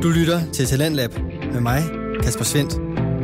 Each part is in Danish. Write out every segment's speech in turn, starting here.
Du lytter til Talentlab med mig, Kasper Svendt.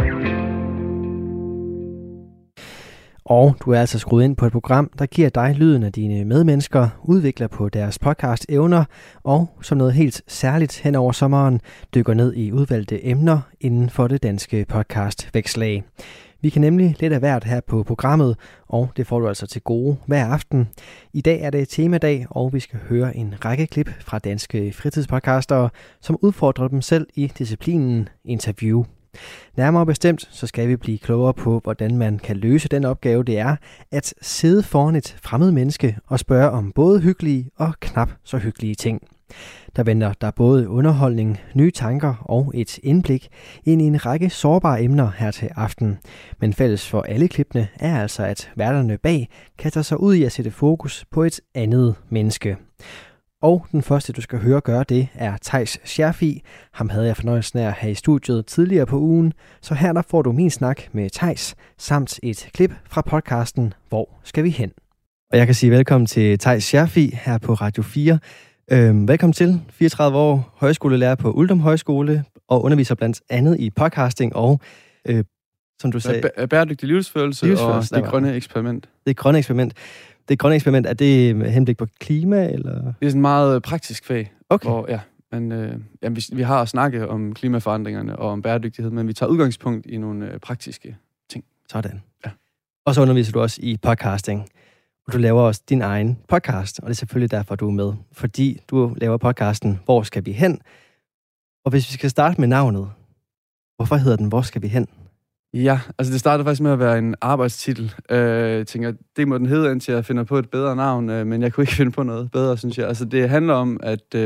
Og du er altså skruet ind på et program, der giver dig lyden af dine medmennesker, udvikler på deres podcast-evner og som noget helt særligt hen over sommeren dykker ned i udvalgte emner inden for det danske podcast-vækslag. Vi kan nemlig lidt af hvert her på programmet, og det får du altså til gode hver aften. I dag er det temadag, og vi skal høre en række klip fra danske fritidspodcastere, som udfordrer dem selv i disciplinen interview. Nærmere bestemt, så skal vi blive klogere på, hvordan man kan løse den opgave, det er at sidde foran et fremmed menneske og spørge om både hyggelige og knap så hyggelige ting. Der venter der både underholdning, nye tanker og et indblik ind i en række sårbare emner her til aften. Men fælles for alle klippene er altså, at værterne bag kaster sig ud i at sætte fokus på et andet menneske. Og den første, du skal høre gøre det, er Theis Scherfig. Ham havde jeg fornøjelsen af at have i studiet tidligere på ugen, så her der får du min snak med Theis, samt et klip fra podcasten Hvor skal vi hen? Og jeg kan sige velkommen til Theis Scherfig her på Radio 4. Velkommen til, 34 år, højskolelærer på Uldum Højskole og underviser blandt andet i podcasting og, som du sagde... Bæredygtig livsførelse og det grønne eksperiment. Det grønne eksperiment. Det grønne eksperiment, er det med henblik på klima, eller? Det er sådan en meget praktisk fag. Okay. Hvor, vi har snakket om klimaforandringerne og om bæredygtighed, men vi tager udgangspunkt i nogle praktiske ting. Sådan. Ja. Og så underviser du også i podcasting. Og du laver også din egen podcast, og det er selvfølgelig derfor, du er med. Fordi du laver podcasten Hvor skal vi hen? Og hvis vi skal starte med navnet, hvorfor hedder den Hvor skal vi hen? Ja, altså det startede faktisk med at være en arbejdstitel. Jeg tænker, det må den hedde, indtil jeg finder på et bedre navn, men jeg kunne ikke finde på noget bedre, synes jeg. Altså det handler om,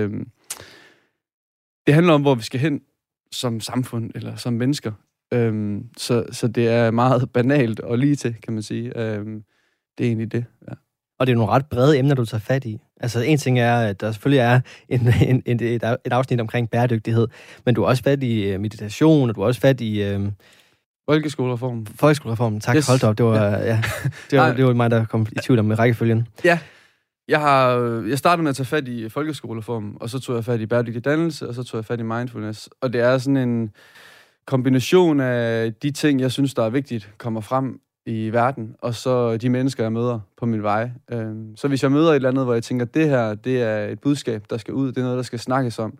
hvor vi skal hen som samfund, eller som mennesker. Så det er meget banalt og lige til, kan man sige. Det er egentlig det, ja. Og det er nogle ret brede emner, du tager fat i. Altså en ting er, at der selvfølgelig er et afsnit omkring bæredygtighed, men du er også fat i meditation, og du er også fat i... Folkeskolereformen, tak. Yes. Hold op, det var mig, der kom i tvivl om rækkefølgen. Ja, jeg startede med at tage fat i folkeskolereformen, og så tog jeg fat i bæredygtig dannelse, og så tog jeg fat i mindfulness. Og det er sådan en kombination af de ting, jeg synes, der er vigtigt, kommer frem i verden, og så de mennesker, jeg møder på min vej. Så hvis jeg møder et eller andet, hvor jeg tænker, det her, det er et budskab, der skal ud, det er noget, der skal snakkes om,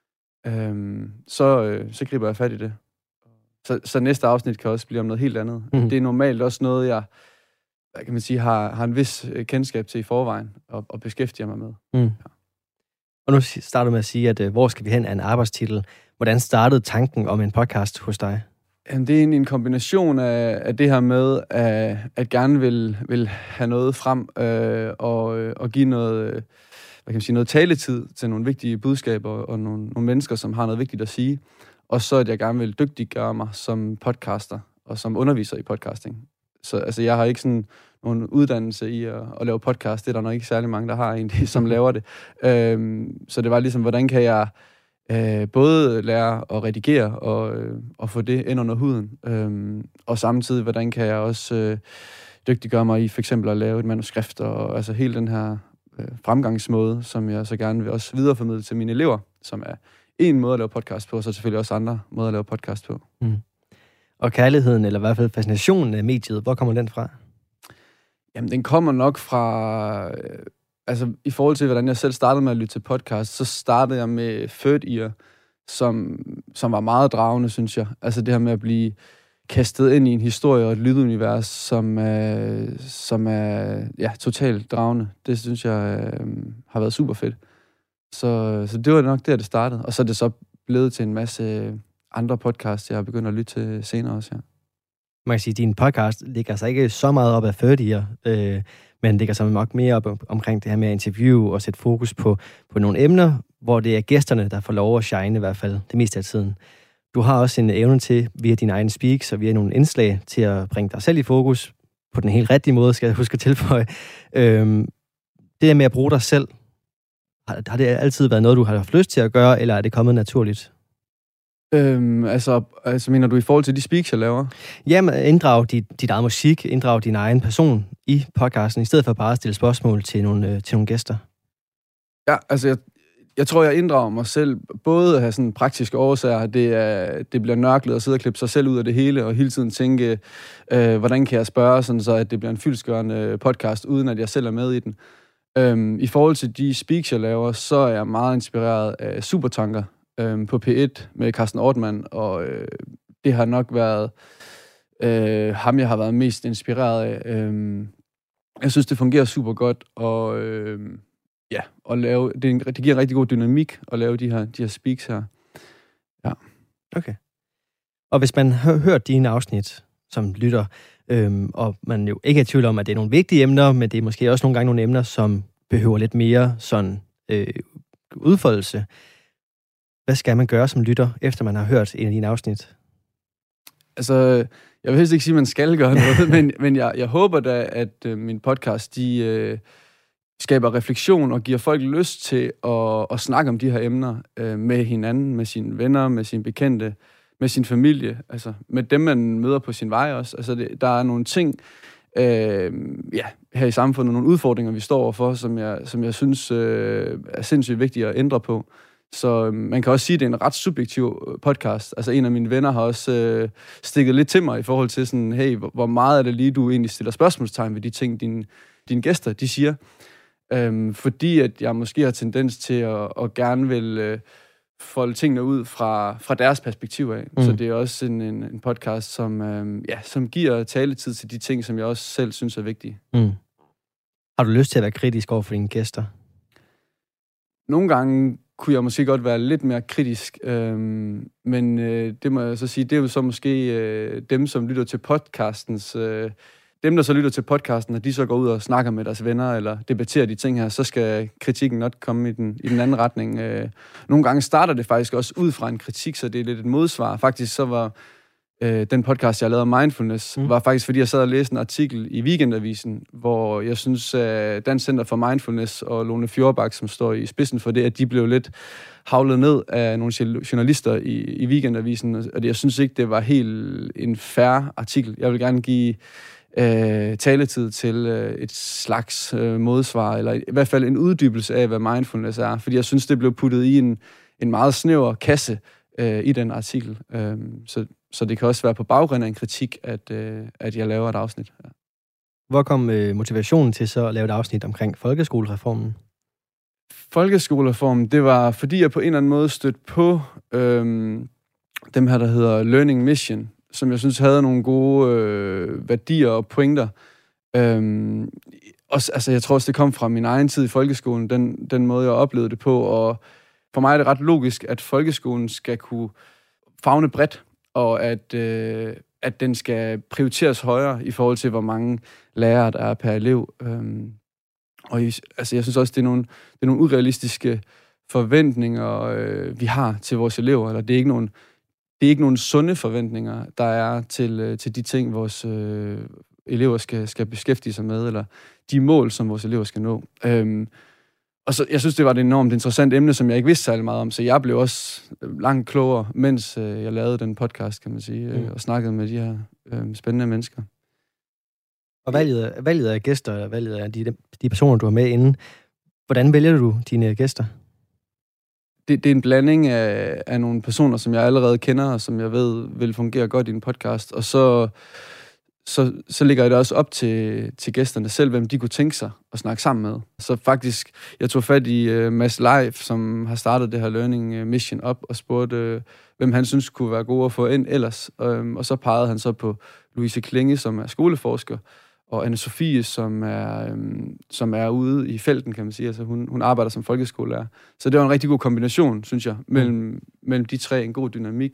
så griber jeg fat i det. Så næste afsnit kan også blive om noget helt andet. Det er normalt også noget, jeg kan man sige, har en vis kendskab til i forvejen, og beskæftiger mig med. Ja. Og nu starter du med at sige, at Hvor skal vi hen er en arbejdstitel. Hvordan startede tanken om en podcast hos dig? Jamen, det er en kombination af det her med, at gerne vil have noget frem, og give noget, hvad kan man sige, noget taletid til nogle vigtige budskaber, og nogle mennesker, som har noget vigtigt at sige. Og så at jeg gerne vil dygtiggøre mig som podcaster, og som underviser i podcasting. Så altså, jeg har ikke sådan nogen uddannelse i at lave podcast. Det er der nok ikke særlig mange, der har egentlig, som laver det. Så det var ligesom, hvordan kan jeg både lære at redigere og få det ind under huden. Og samtidig, hvordan kan jeg også dygtiggøre mig i for eksempel at lave et manuskript, og altså hele den her fremgangsmåde, som jeg så gerne vil også videreformidle til mine elever, som er en måde at lave podcast på, og så selvfølgelig også andre måder at lave podcast på. Og kærligheden, eller i hvert fald fascinationen af mediet, hvor kommer den fra? Jamen, den kommer nok fra... altså, i forhold til, hvordan jeg selv startede med at lytte til podcast, så startede jeg med Third Ear, som var meget dragende, synes jeg. Altså det her med at blive kastet ind i en historie og et lydunivers, som er totalt dragende. Det synes jeg har været super fedt. Så det var nok der, det startede. Og så er det så blevet til en masse andre podcasts, jeg har begyndt at lytte til senere også, ja. Man kan sige, at din podcast ligger sig ikke så meget op af 30'er, men ligger sig nok mere op omkring det her med at interview og sætte fokus på nogle emner, hvor det er gæsterne, der får lov at shine i hvert fald det meste af tiden. Du har også en evne til, via dine egne speaks og via nogle indslag, til at bringe dig selv i fokus på den helt rigtige måde, skal jeg huske at tilføje. Det der med at bruge dig selv, har det altid været noget, du har haft lyst til at gøre, eller er det kommet naturligt? Altså mener du i forhold til de speaks, jeg laver? Jamen, inddrag dit eget musik, inddrag din egen person i podcasten, i stedet for bare at stille spørgsmål til nogle gæster. Ja, altså Jeg tror, jeg inddrager mig selv, både at have sådan praktiske årsager, det bliver nørklet at sidde og klippe sig selv ud af det hele, og hele tiden tænke, hvordan kan jeg spørge, sådan så at det bliver en fyldestgørende podcast, uden at jeg selv er med i den. I forhold til de speaks, jeg laver, så er jeg meget inspireret af Supertanker på P1 med Carsten Ortmann, og det har nok været ham, jeg har været mest inspireret af. Jeg synes, det fungerer super godt, og og lave, det giver en rigtig god dynamik at lave de her speaks her. Ja. Okay. Og hvis man har hørt dine afsnit som lytter, og man jo ikke er i tvivl om, at det er nogle vigtige emner, men det er måske også nogle gange nogle emner, som behøver lidt mere sådan udfoldelse. Hvad skal man gøre som lytter, efter man har hørt en af dine afsnit? Altså, jeg vil helst ikke sige, at man skal gøre noget, men jeg håber da, at min podcast, de skaber refleksion og giver folk lyst til at snakke om de her emner med hinanden, med sine venner, med sine bekendte, med sin familie, altså med dem, man møder på sin vej også. Altså, der er nogle ting her i samfundet, nogle udfordringer, vi står overfor, som jeg synes er sindssygt vigtige at ændre på. Så man kan også sige, at det er en ret subjektiv podcast. Altså en af mine venner har også stikket lidt til mig i forhold til sådan, hey, hvor meget er det lige, du egentlig stiller spørgsmålstegn ved de ting, dine gæster, de siger. Fordi at jeg måske har tendens til at gerne vil folde tingene ud fra deres perspektiv af. Så det er også en podcast, som giver taletid til de ting, som jeg også selv synes er vigtige. Har du lyst til at være kritisk over for dine gæster? Nogle gange kunne jeg måske godt være lidt mere kritisk, men det må jeg så sige, det er jo så måske dem, som lytter til podcastens... Dem, der så lytter til podcasten, når de så går ud og snakker med deres venner, eller debatterer de ting her, så skal kritikken nok komme i den anden retning. Nogle gange starter det faktisk også ud fra en kritik, så det er lidt et modsvar. Faktisk så var den podcast, jeg lavede om mindfulness, var faktisk, fordi jeg sad og læste en artikel i Weekendavisen, hvor jeg synes, at Dansk Center for Mindfulness og Lone Fjordbak, som står i spidsen for det, at de blev lidt havlet ned af nogle journalister i Weekendavisen, og jeg synes ikke, det var helt en fair artikel. Jeg vil gerne give taletid til et slags modsvar, eller i hvert fald en uddybelse af, hvad mindfulness er, fordi jeg synes, det blev puttet i en meget snæver kasse i den artikel. Så det kan også være på baggrund af en kritik, at jeg laver et afsnit. Ja. Hvor kom motivationen til så at lave et afsnit omkring folkeskolereformen? Folkeskolereformen, det var, fordi jeg på en eller anden måde stødte på dem her, der hedder Learning Mission, som jeg synes havde nogle gode værdier og pointer. Altså, jeg tror også, det kom fra min egen tid i folkeskolen, den måde, jeg oplevede det på. Og for mig er det ret logisk, at folkeskolen skal kunne favne bredt, og at den skal prioriteres højere i forhold til, hvor mange lærere der er per elev. Og altså, jeg synes også, det er nogle urealistiske forventninger, vi har til vores elever. Eller det er ikke nogen sunde forventninger, der er til de ting, vores elever skal beskæftige sig med, eller de mål, som vores elever skal nå. Og så, jeg synes, det var et enormt interessant emne, som jeg ikke vidste særlig meget om, så jeg blev også langt klogere, mens jeg lavede den podcast, kan man sige, og snakkede med de her spændende mennesker. Og valget af gæster, eller valget af de personer, du har med inden, hvordan vælger du dine gæster? Det er en blanding af nogle personer, som jeg allerede kender, og som jeg ved vil fungere godt i en podcast, og så lægger jeg det også op til gæsterne selv, hvem de kunne tænke sig at snakke sammen med. Så faktisk, jeg tog fat i Mads Leif, som har startet det her Learning Mission op, og spurgte, hvem han synes kunne være gode at få ind ellers. Og så pegede han så på Louise Klinge, som er skoleforsker, og Anne-Sophie, som er ude i felten, kan man sige. Altså, hun arbejder som folkeskolelærer. Så det var en rigtig god kombination, synes jeg, mellem de tre, en god dynamik.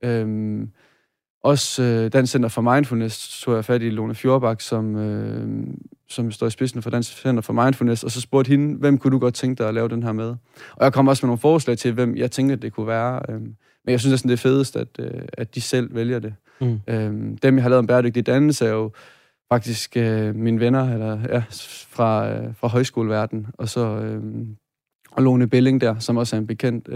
Også Dansk Center for Mindfulness tog jeg fat i Lone Fjordbak, som står i spidsen for Dansk Center for Mindfulness, og så spurgte hende, hvem kunne du godt tænke dig at lave den her med? Og jeg kom også med nogle forslag til, hvem jeg tænkte, det kunne være. Men jeg synes næsten, det er fedest, at de selv vælger det. Dem, jeg har lavet om bæredygtig dannelse, er jo faktisk mine venner fra højskoleverdenen, og så og Lone Belling der, som også er en bekendt.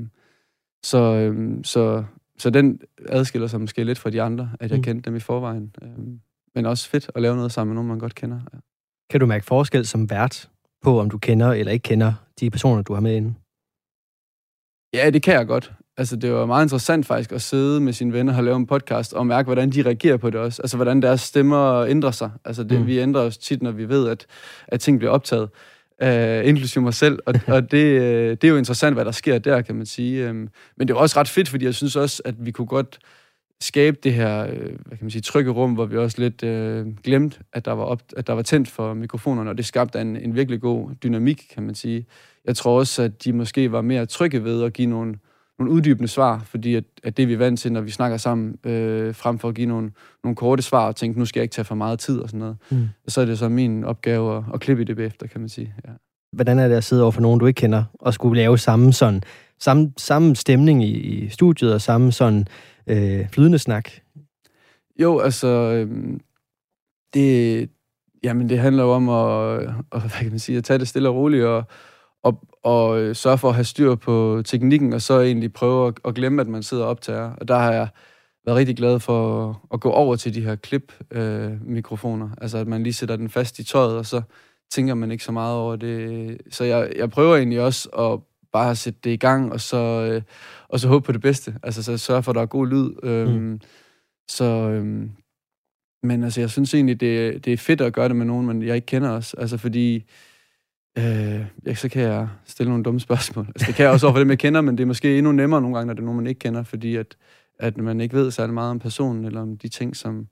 Så den adskiller sig måske lidt fra de andre, at jeg kendte dem i forvejen. Men også fedt at lave noget sammen med nogen, man godt kender. Ja. Kan du mærke forskel som vært på, om du kender eller ikke kender de personer, du har med inde? Ja, det kan jeg godt. Altså, det var meget interessant faktisk at sidde med sine venner og lave en podcast og mærke, hvordan de reagerer på det også. Altså, hvordan deres stemmer ændrer sig. Altså, vi ændrer os tit, når vi ved, at ting bliver optaget. Inklusive mig selv. Og det er jo interessant, hvad der sker der, kan man sige. Men det er også ret fedt, fordi jeg synes også, at vi kunne godt skabe det her, hvad kan man sige, trygge rum, hvor vi også lidt glemte, at der var tændt for mikrofonerne, og det skabte en virkelig god dynamik, kan man sige. Jeg tror også, at de måske var mere trygge ved at give nogle uddybende svar, fordi at det vi er vant til, når vi snakker sammen, frem for at give nogle korte svar og tænke, nu skal jeg ikke tage for meget tid og sådan noget. Så er det så min opgave at klippe i det bagefter, kan man sige. Ja. Hvordan er det at sidde over for nogen, du ikke kender, og skulle lave samme stemning i studiet, og samme sådan flydende snak? Jo, altså, det handler jo om hvad kan man sige, at tage det stille og roligt, og sørge for at have styr på teknikken, og så egentlig prøve at glemme, at man sidder og optager. Og der har jeg været rigtig glad for at gå over til de her klip-mikrofoner. Altså, at man lige sætter den fast i tøjet, og så tænker man ikke så meget over det. Så jeg prøver egentlig også at bare sætte det i gang, og så håbe på det bedste. Altså, så sørge for, at der er god lyd. Men altså, jeg synes egentlig, det er fedt at gøre det med nogen, men jeg ikke kender også. Altså, fordi så kan jeg stille nogle dumme spørgsmål. Altså, det kan jeg også over for dem, jeg kender, men det er måske endnu nemmere nogle gange, når det er nogen, man ikke kender, fordi at man ikke ved særlig meget om personen, eller om de ting, som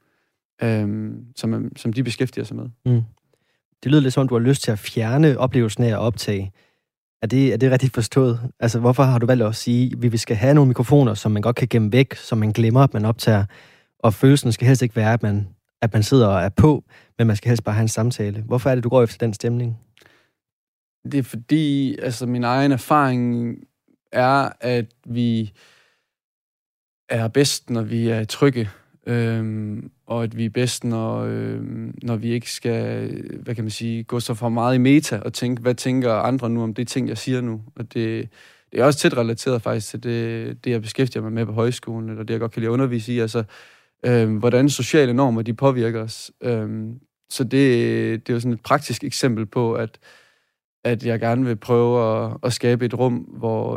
de beskæftiger sig med. Det lyder lidt som, du har lyst til at fjerne oplevelsen af at optage. Er det rigtigt forstået? Altså, hvorfor har du valgt at sige, at vi skal have nogle mikrofoner, som man godt kan gemme væk, som man glemmer, at man optager, og følelsen skal helst ikke være, at man sidder og er på, men man skal helst bare have en samtale. Hvorfor er det, du går efter den stemning? Det er fordi, altså min egen erfaring er, at vi er bedst, når vi er trygge, og at vi er bedst, når vi ikke skal, hvad kan man sige, gå så for meget i meta og tænke, hvad tænker andre nu om det ting, jeg siger nu. Og det er også tæt relateret faktisk til det jeg beskæftiger mig med på højskolen, eller det, jeg godt kan lide at undervise i, altså hvordan sociale normer, de påvirker os. Så det er jo sådan et praktisk eksempel på, at jeg gerne vil prøve at skabe et rum, hvor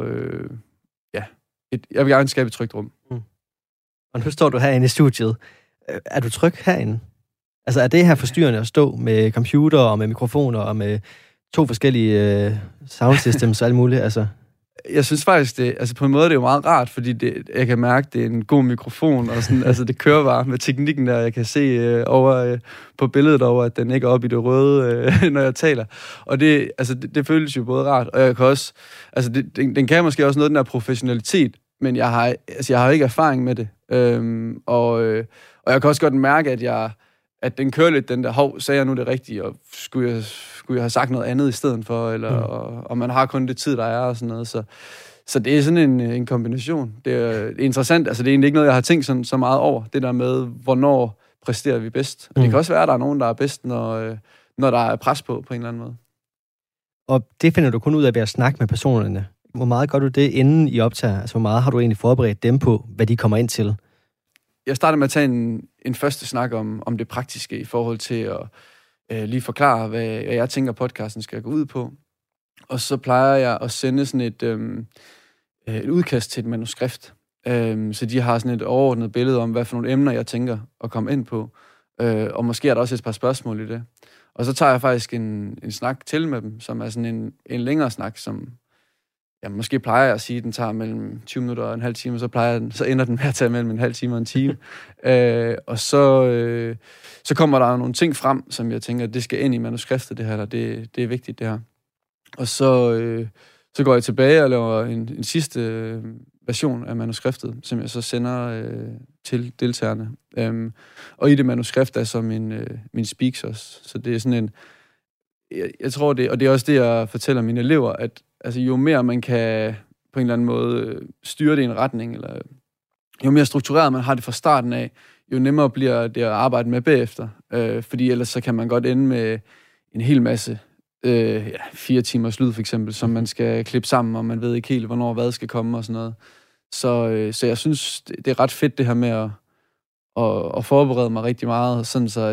jeg vil gerne skabe et trygt rum. Og nu står du herinde i studiet. Er du tryg herinde? Altså, er det her forstyrrende at stå med computer og med mikrofoner og med 2 forskellige sound systems og alt muligt? Altså? Jeg synes faktisk, på en måde det er jo meget rart, fordi jeg kan mærke, det er en god mikrofon, og sådan, altså det kører bare med teknikken der. Jeg kan se over på billedet over, at den ikke er oppe i det røde, når jeg taler. Og det føles jo både rart, og jeg kan også, altså den kan måske også noget den der professionalitet, men jeg har ikke erfaring med det. Og jeg kan også godt mærke, at den kører lidt den der, sagde jeg nu det rigtige, og skulle jeg have sagt noget andet i stedet for, eller, og man har kun det tid, der er, og sådan noget. Så det er sådan en kombination. Det er interessant, altså det er egentlig ikke noget, jeg har tænkt så meget over, det der med, hvornår præsterer vi bedst. Og det kan også være, at der er nogen, der er bedst, når der er pres på en eller anden måde. Og det finder du kun ud af ved at snakke med personerne. Hvor meget gør du det, inden I optager? Altså, hvor meget har du egentlig forberedt dem på, hvad de kommer ind til? Jeg starter med at tage en første snak om det praktiske i forhold til at lige forklare, hvad jeg tænker, podcasten skal gå ud på. Og så plejer jeg at sende sådan et udkast til et manuskript. Så de har sådan et overordnet billede om, hvad for nogle emner, jeg tænker at komme ind på. Og måske er der også et par spørgsmål i det. Og så tager jeg faktisk en snak til med dem, som er sådan en længere snak, som måske plejer jeg at sige, at den tager mellem 20 minutter og en halv time, så ender den med at tage mellem en halv time og en time. Og så kommer der nogle ting frem, som jeg tænker, det skal ind i manuskriptet, det her, eller det er vigtigt, det her. Og så går jeg tilbage og laver en sidste version af manuskriptet, som jeg så sender til deltagerne. Og i det manuskript er så min speaks også. Så det er sådan en... Jeg tror det, og det er også det, jeg fortæller mine elever, at altså, jo mere man kan på en eller anden måde styre det i en retning, eller jo mere struktureret man har det fra starten af, jo nemmere bliver det at arbejde med bagefter. Fordi ellers så kan man godt ende med en hel masse 4 timers lyd for eksempel, som man skal klippe sammen, og man ved ikke helt, hvornår hvad skal komme og sådan noget. Så jeg synes, det er ret fedt det her med at forberede mig rigtig meget, sådan så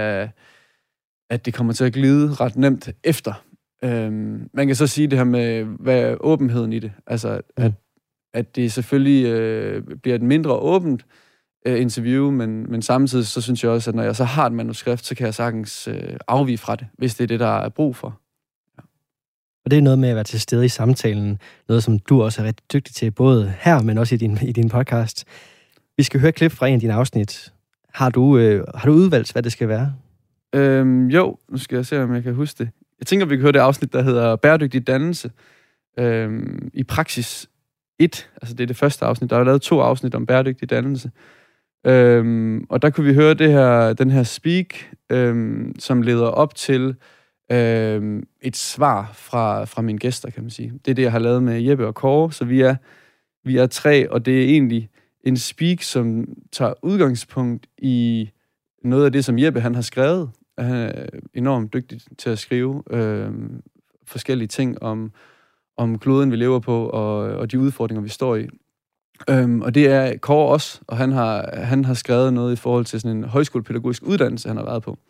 at det kommer til at glide ret nemt efter. Man kan så sige det her med, hvad er åbenheden i det? Altså, at det selvfølgelig bliver et mindre åbent interview, men samtidig så synes jeg også, at når jeg så har et manuskript, så kan jeg sagtens afvige fra det, hvis det er det, der er brug for. Ja. Og det er noget med at være til stede i samtalen, noget som du også er rigtig dygtig til, både her, men også i din podcast. Vi skal høre et klip fra en af dine afsnit. Har du udvalgt, hvad det skal være? Jo, nu skal jeg se, om jeg kan huske det. Jeg tænker, vi kan høre det afsnit, der hedder Bæredygtig dannelse. I praksis 1, altså det er det første afsnit. Der er lavet 2 afsnit om bæredygtig dannelse. Og der kunne vi høre den her speak, som leder op til et svar fra mine gæster, kan man sige. Det er det, jeg har lavet med Jeppe og Kåre, så vi er 3, og det er egentlig en speak, som tager udgangspunkt i noget af det, som Jeppe han har skrevet. Han er enormt dygtig til at skrive forskellige ting om kloden, vi lever på, og de udfordringer, vi står i. Og det er Kåre også, og han har skrevet noget i forhold til sådan en højskolepædagogisk uddannelse, han har været på.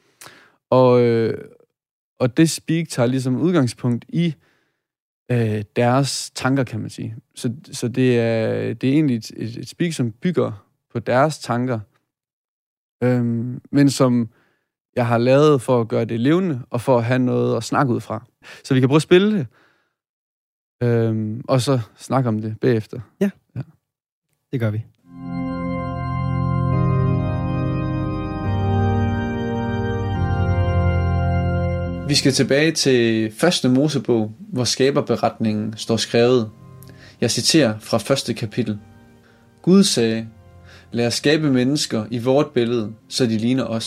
Og det speak tager ligesom udgangspunkt i deres tanker, kan man sige. Så det er egentlig et speak, som bygger på deres tanker, men som jeg har lavet for at gøre det levende, og for at have noget at snakke ud fra. Så vi kan prøve at spille det, og så snakke om det bagefter. Ja. Det gør vi. Vi skal tilbage til første Mosebog, hvor skaberberetningen står skrevet. Jeg citerer fra første kapitel. Gud sagde, lad os skabe mennesker i vort billede, så de ligner os.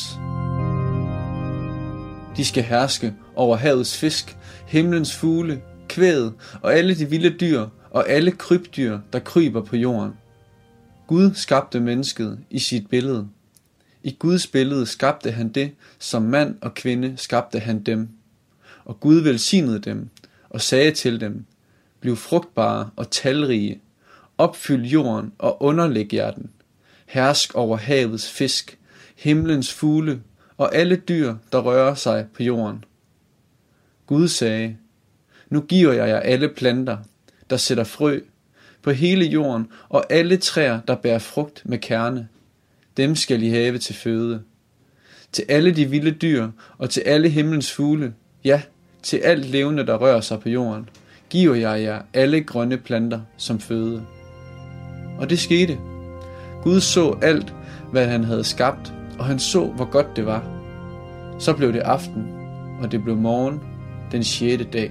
De skal herske over havets fisk, himlens fugle, kvæget og alle de vilde dyr og alle krybdyr, der kryber på jorden. Gud skabte mennesket i sit billede. I Guds billede skabte han det, som mand og kvinde skabte han dem. Og Gud velsignede dem og sagde til dem, bliv frugtbare og talrige, opfyld jorden og underlæg jer den. Hersk over havets fisk, himlens fugle og alle dyr, der rører sig på jorden. Gud sagde, nu giver jeg jer alle planter, der sætter frø, på hele jorden og alle træer, der bærer frugt med kerne. Dem skal I have til føde. Til alle de vilde dyr og til alle himlens fugle, ja, til alt levende, der rører sig på jorden, giver jeg jer alle grønne planter som føde. Og det skete. Gud så alt, hvad han havde skabt, og han så, hvor godt det var. Så blev det aften, og det blev morgen, den 6. dag.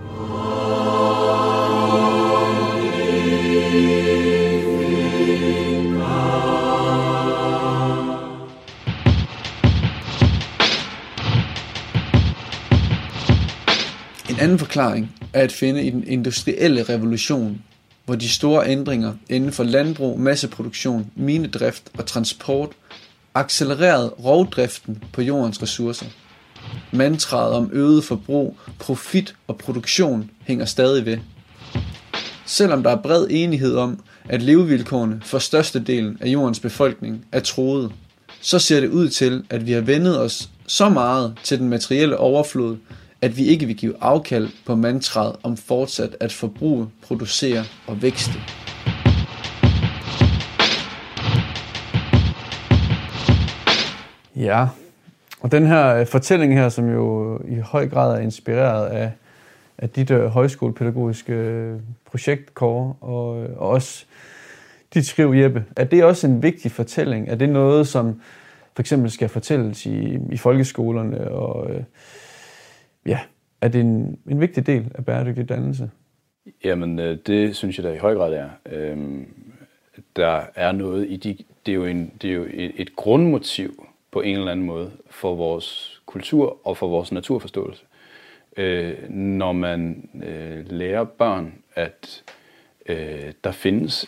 En anden forklaring er at finde i den industrielle revolution, hvor de store ændringer inden for landbrug, masseproduktion, minedrift og transport accelererede rovdriften på jordens ressourcer. Mantraet om øget forbrug, profit og produktion hænger stadig ved. Selvom der er bred enighed om, at levevilkårene for størstedelen af jordens befolkning er truet, så ser det ud til, at vi har vendet os så meget til den materielle overflod, at vi ikke vil give afkald på mantraet om fortsat at forbruge, producere og vækste. Ja, og den her fortælling her, som jo i høj grad er inspireret af dit højskolepædagogiske projekt, Kåre, og også dit skriv, Jeppe, er det også en vigtig fortælling? Er det noget, som for eksempel skal fortælles i folkeskolerne, og er det en vigtig del af bæredygtig dannelse? Jamen, det synes jeg da i høj grad er. Der er noget i det er jo et grundmotiv på en eller anden måde for vores kultur og for vores naturforståelse. Når man lærer børn, at der findes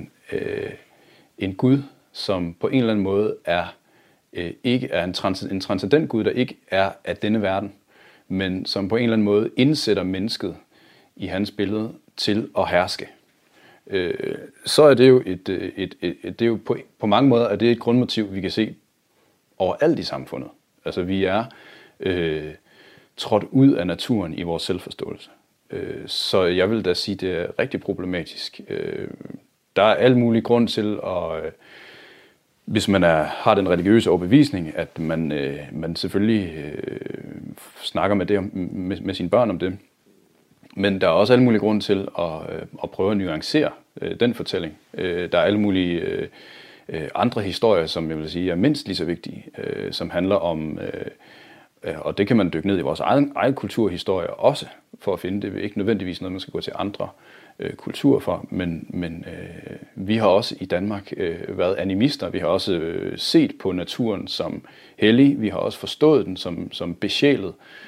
en Gud, som på en eller anden måde ikke er en transcendent Gud, der ikke er af denne verden, men som på en eller anden måde indsætter mennesket i hans billede til at herske. Så er det jo det er jo på mange måder er det et grundmotiv, vi kan se overalt i samfundet. Altså vi er trådt ud af naturen i vores selvforståelse. Så jeg vil da sige, det er rigtig problematisk, der er al mulig grund til at, hvis man har den religiøse overbevisning, at man selvfølgelig snakker med sine børn om det. Men der er også al mulig grund til at prøve at nuancere den fortælling. Der er alle mulige andre historier, som jeg vil sige er mindst lige så vigtige, som handler om, og det kan man dykke ned i vores egen kulturhistorie også, for at finde det. Ikke nødvendigvis noget, man skal gå til andre kulturer for, men vi har også i Danmark været animister. Vi har også set på naturen som hellig. Vi har også forstået den som besjælet.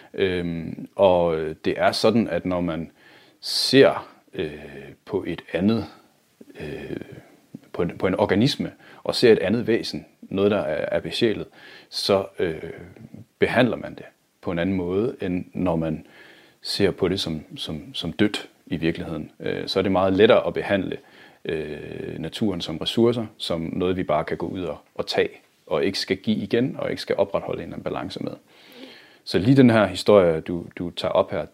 Og det er sådan, at når man ser på et andet, på en organisme, og ser et andet væsen, noget der er besjælet, så behandler man det på en anden måde, end når man ser på det som dødt i virkeligheden. Så er det meget lettere at behandle naturen som ressourcer, som noget vi bare kan gå ud og tage, og ikke skal give igen, og ikke skal opretholde en balance med. Så lige den her historie, du tager op her,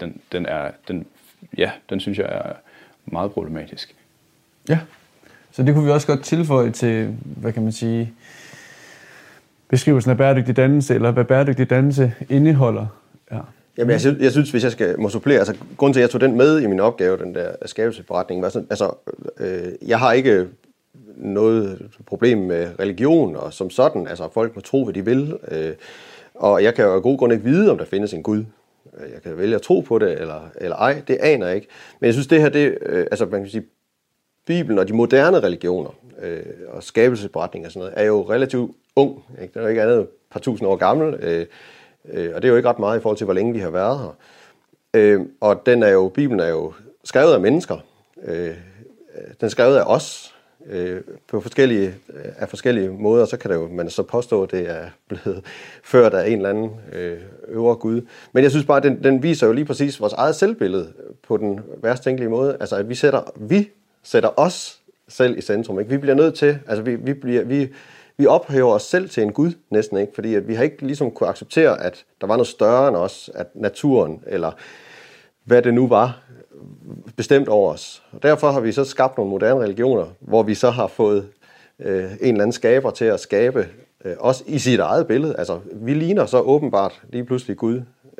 den synes jeg er meget problematisk. Ja, så det kunne vi også godt tilføje til, hvad kan man sige, beskrivelsen af bæredygtig dannelse, eller hvad bæredygtig dannelse indeholder. Ja. Jamen, jeg synes, hvis jeg må supplere, altså grunden til, at jeg tog den med i min opgave, den der skabelsesberetning, var sådan, altså, jeg har ikke noget problem med religion og som sådan, altså folk må tro, hvad de vil, og jeg kan jo af god grund ikke vide, om der findes en Gud. Jeg kan vælge at tro på det, eller ej, det aner jeg ikke. Men jeg synes, det her, altså man kan sige, Bibelen og de moderne religioner og skabelsesberetninger og sådan noget, er jo relativt ung. Ikke? Den er jo ikke andet et par tusind år gammel, og det er jo ikke ret meget i forhold til, hvor længe vi har været her. Og Bibelen er jo skrevet af mennesker. Den er skrevet af os på forskellige måder, så kan man så påstå, at det er blevet ført af en eller anden øvre Gud. Men jeg synes bare, at den viser jo lige præcis vores eget selvbillede på den værst tænkelige måde. Altså, at vi sætter os selv i centrum. Ikke? Vi bliver nødt til, altså vi ophæver os selv til en Gud næsten, ikke? Fordi at vi har ikke ligesom kunne acceptere, at der var noget større end os, at naturen, eller hvad det nu var, bestemt over os. Og derfor har vi så skabt nogle moderne religioner, hvor vi så har fået en eller anden skaber til at skabe os i sit eget billede. Altså, vi ligner så åbenbart lige pludselig Gud.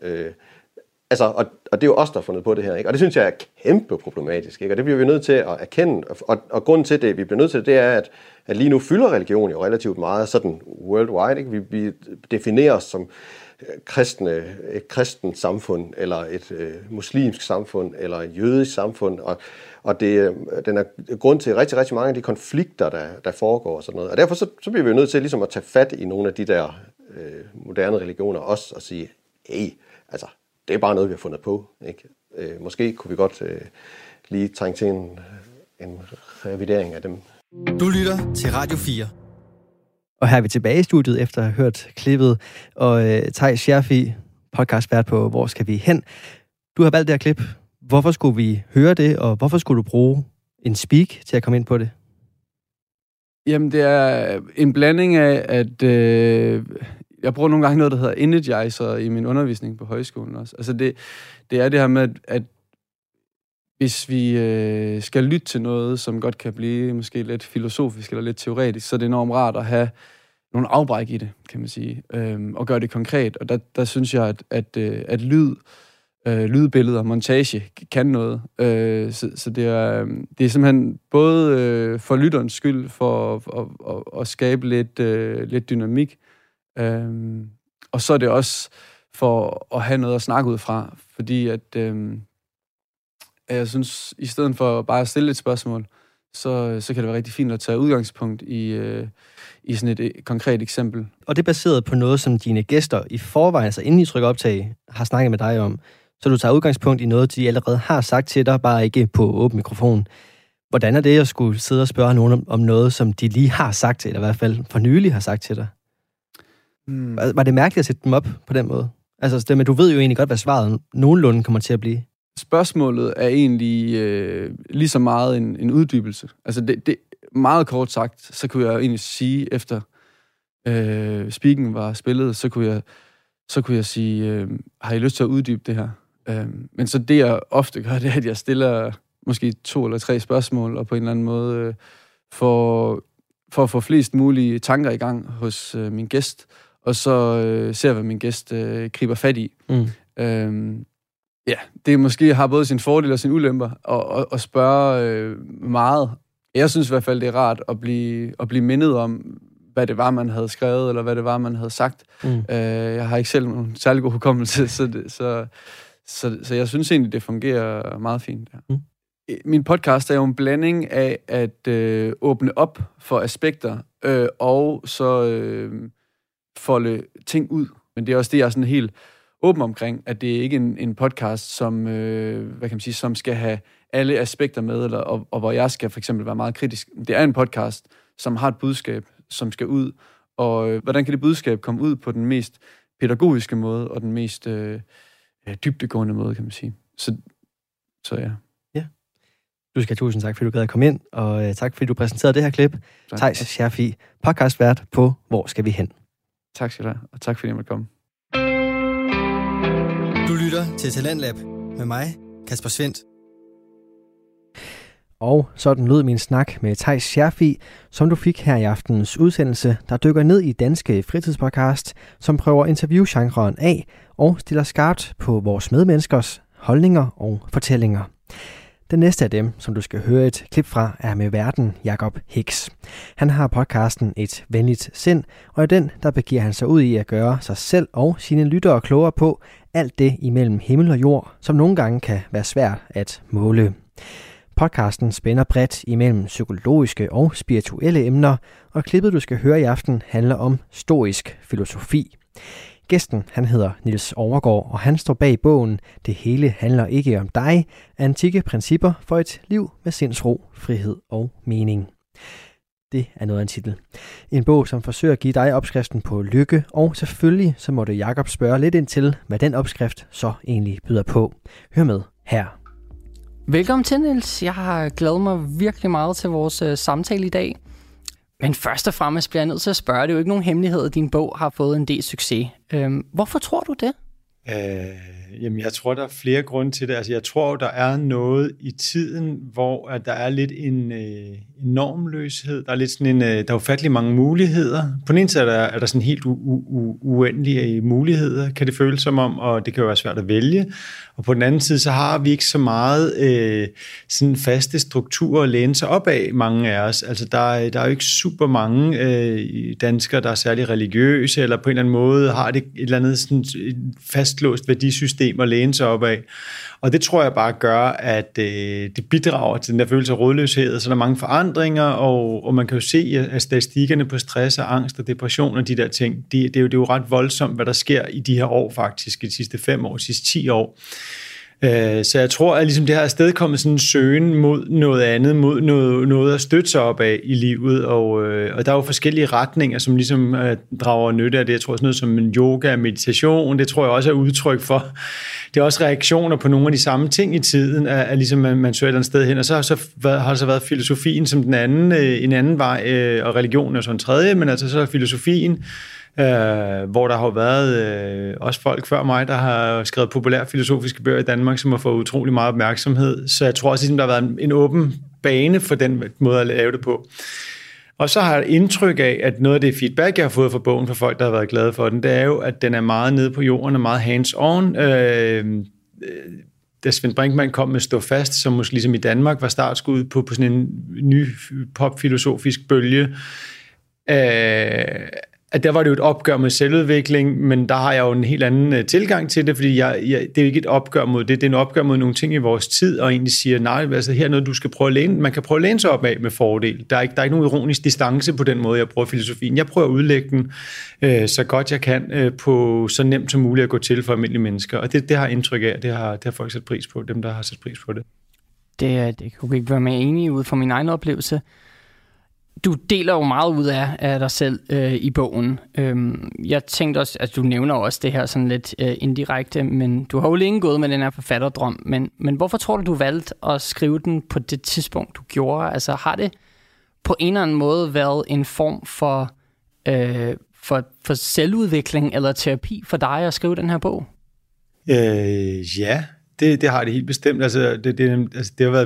Og det er jo os, der har fundet på det her, ikke? Og det synes jeg er kæmpe problematisk, ikke? Og det bliver vi nødt til at erkende. Og grunden til det, vi bliver nødt til det, er, at lige nu fylder religion jo relativt meget sådan worldwide, ikke? Vi definerer os som et kristent samfund, eller et muslimsk samfund, eller et jødisk samfund, og den er grund til rigtig, rigtig mange af de konflikter, der foregår og sådan noget. Og derfor så bliver vi nødt til ligesom at tage fat i nogle af de der moderne religioner også, og sige, hey, altså, det er bare noget, vi har fundet på, ikke? Måske kunne vi godt lige trænge til en revidering af dem. Du lytter til Radio 4. Og her er vi tilbage i studiet efter at have hørt klippet. Og Theis Scherfig, podcastvært på Hvor skal vi hen? Du har valgt det her klip. Hvorfor skulle vi høre det, og hvorfor skulle du bruge en speak til at komme ind på det? Jamen, det er en blanding af, at jeg bruger nogle gange noget, der hedder Energizer i min undervisning på højskolen også. Altså det er det her med, at hvis vi skal lytte til noget, som godt kan blive måske lidt filosofisk eller lidt teoretisk, så er det enormt rart at have nogle afbræk i det, kan man sige, og gøre det konkret. Og der synes jeg, at lydbilleder, montage kan noget. Så det er simpelthen både for lytterens skyld, for at skabe lidt dynamik, og så er det også for at have noget at snakke ud fra, fordi at jeg synes, i stedet for bare at stille et spørgsmål, så kan det være rigtig fint at tage udgangspunkt i sådan et konkret eksempel. Og det er baseret på noget, som dine gæster i forvejen, altså inden I trykker optag, har snakket med dig om. Så du tager udgangspunkt i noget, de allerede har sagt til dig, bare ikke på åben mikrofon. Hvordan er det at skulle sidde og spørge nogen om noget, som de lige har sagt til dig, eller i hvert fald for nylig har sagt til dig? Var det mærkeligt at sætte dem op på den måde? Altså, men du ved jo egentlig godt, hvad svaret nogenlunde kommer til at blive. Spørgsmålet er egentlig lige så meget en uddybelse. Altså, det meget kort sagt, så kunne jeg egentlig sige, efter speaken var spillet, så kunne jeg sige, har I lyst til at uddybe det her? Men så det, jeg ofte gør, det er, at jeg stiller måske 2 eller 3 spørgsmål, og på en eller anden måde for at få flest mulige tanker i gang hos min gæst, og så ser, hvad min gæst griber fat i. Ja, det måske har både sin fordel og sin ulemper at spørge meget. Jeg synes i hvert fald, det er rart at blive mindet om, hvad det var, man havde skrevet, eller hvad det var, man havde sagt. Jeg har ikke selv nogen særlig god hukommelse, så jeg synes egentlig, det fungerer meget fint. Ja. Min podcast er jo en blanding af at åbne op for aspekter, og så folde ting ud. Men det er også det, jeg er sådan helt åben omkring, at det er ikke en podcast, som, hvad kan man sige, som skal have alle aspekter med, eller, og hvor jeg skal for eksempel være meget kritisk. Det er en podcast, som har et budskab, som skal ud, og hvordan kan det budskab komme ud på den mest pædagogiske måde, og den mest dybdegående måde, kan man sige. Så ja. Ja. Du skal have tusind tak, fordi du gad at komme ind, og tak, fordi du præsenterede det her klip. Theis Scherfig, podcastvært på Hvor skal vi hen? Tak skal du have, og tak fordi jeg måtte komme. Du lytter til Talentlab med mig, Kasper Svendt. Og sådan lød min snak med Theis Scherfig, som du fik her i aftenens udsendelse, der dykker ned i danske fritidspodcast, som prøver interviewgenren af og stiller skarpt på vores medmenneskers holdninger og fortællinger. Den næste af dem, som du skal høre et klip fra, er med værten Jacob Hicks. Han har podcasten Et Venligt Sind, og i den der begiver han sig ud i at gøre sig selv og sine lyttere klogere på alt det imellem himmel og jord, som nogle gange kan være svært at måle. Podcasten spænder bredt imellem psykologiske og spirituelle emner, og klippet, du skal høre i aften, handler om stoisk filosofi. Gæsten, han hedder Niels Overgaard, og han står bag bogen Det hele handler ikke om dig, antikke principper for et liv med sindsro, frihed og mening. Det er noget af en titel. En bog, som forsøger at give dig opskriften på lykke, og selvfølgelig så måtte Jacob spørge lidt ind til, hvad den opskrift så egentlig byder på. Hør med her. Velkommen til, Niels. Jeg har glædet mig virkelig meget til vores samtale i dag. Men først og fremmest bliver jeg nødt til at spørge, det er jo ikke nogen hemmelighed, at din bog har fået en del succes. Hvorfor tror du det? Jamen, jeg tror, der er flere grunde til det. Altså, jeg tror, der er noget i tiden, hvor der er lidt en normløshed. Der er lidt sådan der er ufattelig mange muligheder. På den ene side er der sådan helt uendelige muligheder, kan det føles som om, og det kan jo være svært at vælge. Og på den anden side, så har vi ikke så meget sådan faste strukturer at læne sig op af, mange af os. Altså, der er jo ikke super mange danskere, der er særlig religiøse, eller på en eller anden måde har det et eller andet sådan fastlåst værdisystem at læne sig op af. Og det tror jeg bare gør, at det bidrager til den der følelse af rådløshed, så der er mange forandringer, og man kan jo se, at statistikkerne på stress og angst og depression og de der ting, det er jo ret voldsomt, hvad der sker i de her år faktisk, i de sidste 5 år, de sidste 10 år. Så jeg tror, at ligesom det her afsted kommet sådan en søgen mod noget andet, mod noget at støtte sig op af i livet, og der er jo forskellige retninger, som ligesom drager nytte af det. Jeg tror sådan noget som yoga og meditation, det tror jeg også er udtryk for. Det er også reaktioner på nogle af de samme ting i tiden, at ligesom man søger et eller andet sted hen, og så har der så været filosofien som en anden vej, og religionen er så en tredje, men altså så er filosofien, hvor der har været også folk før mig, der har skrevet populære filosofiske bøger i Danmark, som har fået utrolig meget opmærksomhed. Så jeg tror også, at der har været en åben bane for den måde at lave det på. Og så har jeg indtryk af, at noget af det feedback, jeg har fået fra bogen fra folk, der har været glade for den, det er jo, at den er meget nede på jorden og meget hands-on. Da Svend Brinkmann kom med Stå Fast, som måske ligesom i Danmark var startskud på sådan en ny popfilosofisk bølge, at der var det jo et opgør med selvudvikling, men der har jeg jo en helt anden tilgang til det, fordi det er jo ikke et opgør mod det er en opgør mod nogle ting i vores tid, og egentlig siger, nej, altså her er noget, du skal prøve at læne, man kan prøve at læne sig op af med fordel. Der er ikke nogen ironisk distance på den måde, jeg bruger filosofien. Jeg prøver at udlægge den så godt jeg kan, på så nemt som muligt at gå til for almindelige mennesker, og det har indtryk af, det har folk sat pris på, dem der har sat pris på det. Det kunne ikke være mere enig ud fra min egen oplevelse. Du deler jo meget ud af dig selv i bogen. Jeg tænkte også, at du nævner også det her sådan lidt indirekte, men du har jo længe gået med den her forfatterdrøm. Men hvorfor tror du valgte at skrive den på det tidspunkt, du gjorde? Altså har det på en eller anden måde været en form for selvudvikling eller terapi for dig at skrive den her bog? Ja, det har det helt bestemt. Altså, det har været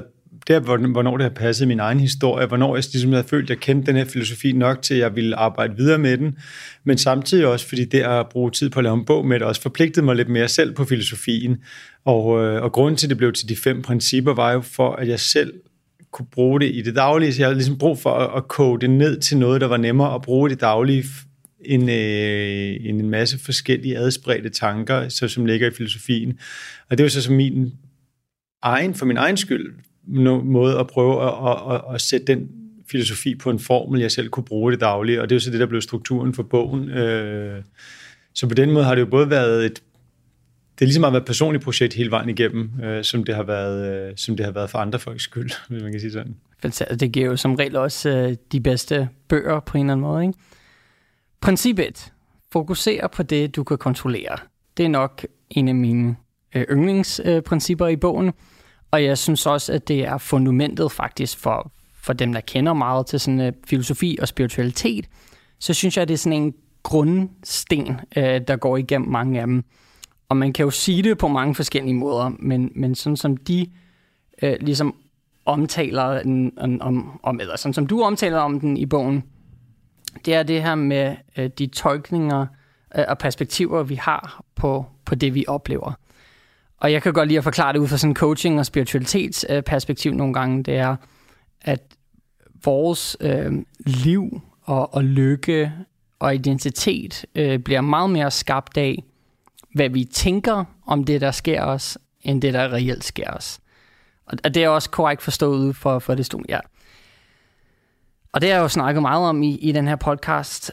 det er, hvornår det har passet min egen historie, hvornår jeg ligesom havde følt, at jeg kendte den her filosofi nok til, at jeg ville arbejde videre med den, men samtidig også, fordi det at bruge tid på at lave en bog med det, også forpligtede mig lidt mere selv på filosofien. Og grunden til, at det blev til de 5 principper, var jo for, at jeg selv kunne bruge det i det daglige, så jeg havde ligesom brug for at koge det ned til noget, der var nemmere at bruge i det daglige, end en masse forskellige adspredte tanker, som ligger i filosofien. Og det var så som for min egen skyld, måde at prøve at sætte den filosofi på en formel, jeg selv kunne bruge det daglige, og det er jo så det, der blev strukturen for bogen. Så på den måde har det jo både været det er ligesom at være et personligt projekt hele vejen igennem, som det har været for andre folks skyld, hvis man kan sige sådan. Fantastisk. Det giver jo som regel også de bedste bøger på en eller anden måde, ikke? Princip 1. Fokuser på det, du kan kontrollere. Det er nok en af mine yndlingsprincipper i bogen, og jeg synes også, at det er fundamentet faktisk for dem, der kender meget til sådan filosofi og spiritualitet. Så synes jeg, at det er sådan en grundsten, der går igennem mange af dem. Og man kan jo sige det på mange forskellige måder, men sådan som de ligesom omtaler den eller sådan som du omtaler om den i bogen, det er det her med de tolkninger og perspektiver, vi har på det, vi oplever. Og jeg kan godt lide at forklare det ud fra sådan en coaching- og spiritualitetsperspektiv nogle gange. Det er, at vores liv og lykke og identitet bliver meget mere skabt af, hvad vi tænker om det, der sker os, end det, der reelt sker os. Og det er også korrekt forstået for det studie. Ja. Og det har jeg jo snakket meget om i den her podcast.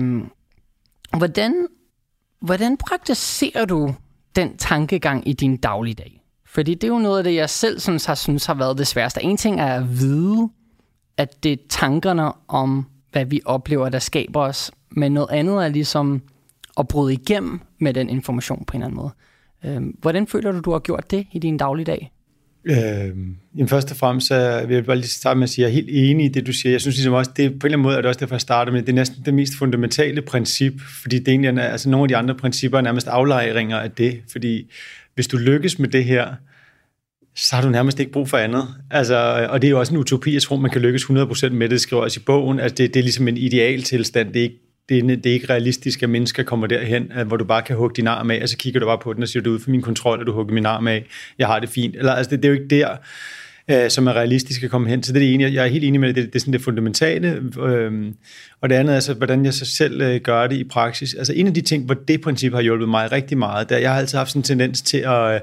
Hvordan praktiserer du den tankegang i din dagligdag? Fordi det er jo noget af det, jeg selv synes har været det sværeste. En ting er at vide, at det er tankerne om, hvad vi oplever, der skaber os. Men noget andet er ligesom at bryde igennem med den information på en eller anden måde. Hvordan føler du har gjort det i din dagligdag? Først og fremmest vil jeg bare lige starte med at sige, at jeg er helt enig i det, du siger. Jeg synes ligesom også, det på en eller anden måde er det også derfor, jeg starter med, det er næsten det mest fundamentale princip, fordi det egentlig er, altså nogle af de andre principper er nærmest aflejringer af det, fordi hvis du lykkes med det her, så har du nærmest ikke brug for andet. Altså, og det er jo også en utopi, jeg tror, man kan lykkes 100% med det, skriver også i bogen. Altså, det er ligesom en idealtilstand, det er ikke realistisk, at mennesker kommer derhen, hvor du bare kan hugge din arm af, og så kigger du bare på den og siger, det er ude for min kontrol, at du hugger min arm af. Jeg har det fint. Eller, altså, det er jo ikke der, som er realistisk at komme hen. Så det er det ene. Jeg er helt enig med det er sådan det fundamentale. Og det andet er altså, hvordan jeg så selv gør det i praksis. Altså en af de ting, hvor det princip har hjulpet mig rigtig meget, jeg har altid haft sådan en tendens til at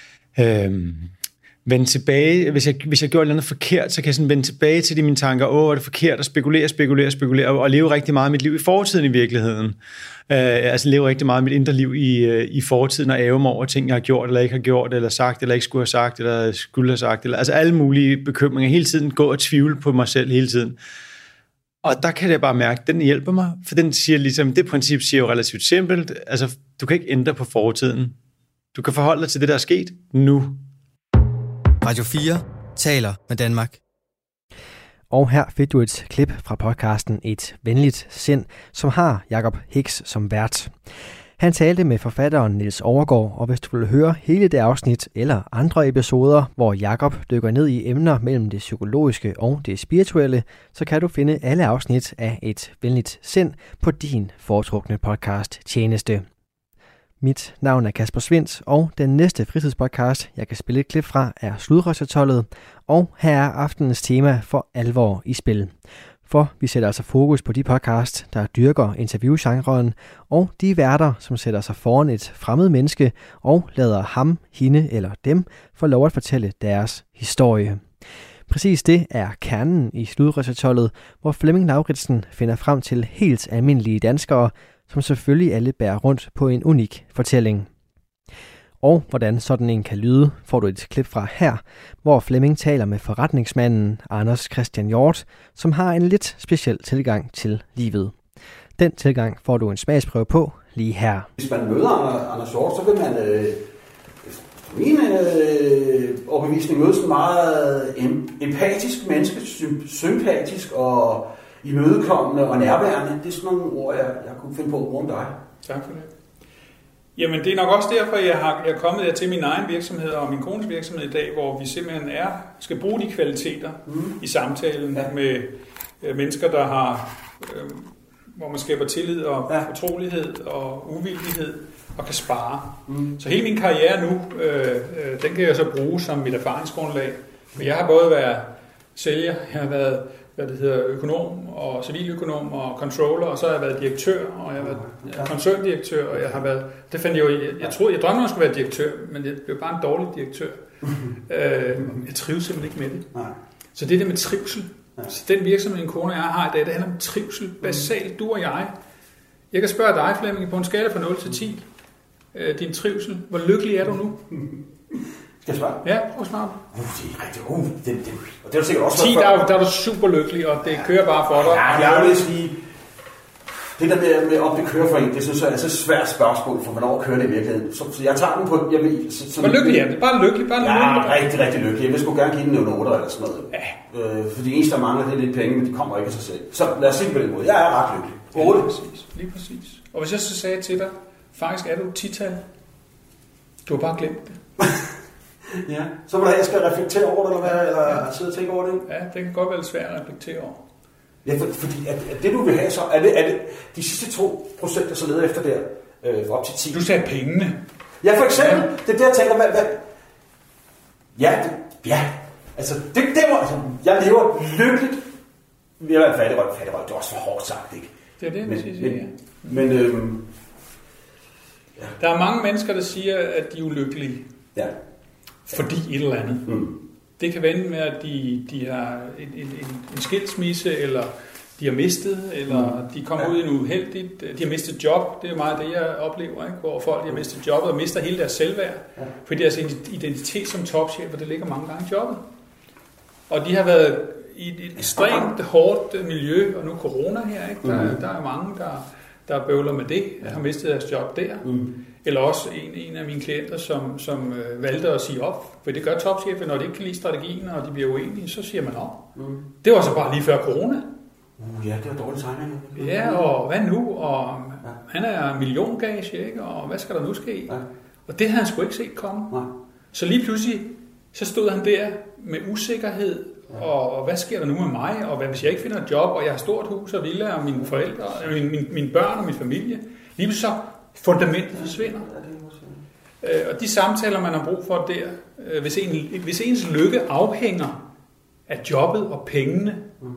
vende tilbage, hvis jeg gjorde noget forkert, så kan jeg sådan vende tilbage til mine tanker, er det forkert, og spekulere, og leve rigtig meget af mit liv i fortiden i virkeligheden. Altså leve rigtig meget af mit indre liv i fortiden, og æve mig over ting, jeg har gjort, eller ikke har gjort, eller sagt, eller ikke skulle have sagt, eller skulle have sagt, eller altså alle mulige bekymringer, hele tiden gå og tvivle på mig selv hele tiden. Og der kan jeg bare mærke, at den hjælper mig, for den siger ligesom, det princip siger jo relativt simpelt, altså du kan ikke ændre på fortiden. Du kan forholde dig til det, der er sket nu. Radio 4 taler med Danmark. Og her fik du et klip fra podcasten Et venligt sind, som har Jacob Hicks som vært. Han talte med forfatteren Niels Overgaard, og hvis du vil høre hele det afsnit eller andre episoder, hvor Jacob dykker ned i emner mellem det psykologiske og det spirituelle, så kan du finde alle afsnit af Et venligt sind på din foretrukne podcast tjeneste. Mit navn er Kasper Svindt, og den næste fritidspodcast, jeg kan spille et klip fra, er Sludrejseholdet, og her er aftenens tema for alvor i spil. For vi sætter altså fokus på de podcast, der dyrker interviewgenren, og de værter, som sætter sig foran et fremmed menneske og lader ham, hende eller dem få lov at fortælle deres historie. Præcis det er kernen i Sludrejseholdet, hvor Flemming Lauritsen finder frem til helt almindelige danskere, som selvfølgelig alle bærer rundt på en unik fortælling. Og hvordan sådan en kan lyde, får du et klip fra her, hvor Flemming taler med forretningsmanden Anders Christian Hjort, som har en lidt speciel tilgang til livet. Den tilgang får du en smagsprøve på lige her. Hvis man møder Anders Hjort, så vil man min overbevisning møde sådan meget empatisk menneske, sympatisk og imødekommende og nærværende. Det er sådan nogle ord, jeg kunne finde på at bruge om dig. Tak for det. Jamen, det er nok også derfor, jeg er kommet til min egen virksomhed og min kones virksomhed i dag, hvor vi simpelthen er skal bruge de kvaliteter i samtalen med mennesker, der har, hvor man skaber tillid og fortrolighed og uvildighed og kan spare. Så hele min karriere nu, den kan jeg så bruge som mit erfaringsgrundlag. Men jeg har både været sælger, jeg har været økonom og civiløkonom og controller, og så har jeg været direktør, og jeg har været koncerndirektør, og jeg har været, det fandt jeg jo, jeg troede, jeg drømte, at jeg skulle være direktør, men jeg blev bare en dårlig direktør. Jeg trives simpelthen ikke med det. Så det der med trivsel, så den virksomhed, en kone og jeg har i dag, det handler om trivsel, basalt, du og jeg. Jeg kan spørge dig, Flemming, på en skala fra 0 til 10, din trivsel, hvor lykkelig er du nu? Skal jeg svare? Ja, prøv at svare. Det er rigtigt. Og det er sikkert også 10, der er du super lykkelig, og det kører bare for dig. Ja, jeg vil sige, det der med om det kører for en, det synes jeg er så svært spørgsmål, for hvornår kører det i virkeligheden. Så jeg tager den på... Hvor lykkelig er det? Bare lykkelig? Rigtig, rigtig lykkelig. Jeg vil sgu gerne give den en 8 eller sådan noget. Ja. For det eneste, der mangler, det er lidt penge, men de kommer ikke af sig selv. Så lad os sige på den måde. Jeg er ret lykkelig. 8. Lige præcis. Og hvis jeg så sagde til dig, faktisk er du 10-tal. Du har bare glemt det. Ja, så må jeg skal reflektere over det, eller sidde og tænke over det. Ja, det kan godt være svært at reflektere over. Ja, fordi at det du vil have så, er det de sidste 2%, der så leder efter der, op til 10. Du sagde pengene. Ja, for eksempel, det er der, jeg tænker, hvad? Ja, altså, det var, altså, jeg lever lykkeligt ved at være fattigrøg, det er også for hårdt sagt, ikke? Det er det, man siger, ja. Men ja. Der er mange mennesker, der siger, at de er ulykkelige. Ja. Fordi et eller andet. Det kan vende med, at de har en skilsmisse, eller de har mistet, eller de kommer ud i en uheldigt, de har mistet job. Det er meget det, jeg oplever, ikke? Hvor folk har mistet jobbet og mister hele deres selvværd. Fordi deres identitet som topchefer, det ligger mange gange i jobbet. Og de har været i et ekstremt hårdt miljø, og nu corona her, ikke? Der er mange, der bøvler med det, har mistet deres job der. Eller også en af mine klienter, som valgte at sige op. For det gør topchefer, når de ikke kan lide strategien, og de bliver uenige, så siger man op. Det var så bare lige før corona. Ja, det var dårlig timing. Ja, og hvad nu? Og han er milliongage, ikke? Og hvad skal der nu ske? Og det havde han sgu ikke set komme. Så lige pludselig, så stod han der med usikkerhed, og hvad sker der nu med mig? Og hvad hvis jeg ikke finder et job, og jeg har stort hus og villa, og mine forældre, mine børn og min familie? Lige pludselig så fundamentet forsvinder. Og de samtaler, man har brug for der, hvis ens lykke afhænger af jobbet og pengene,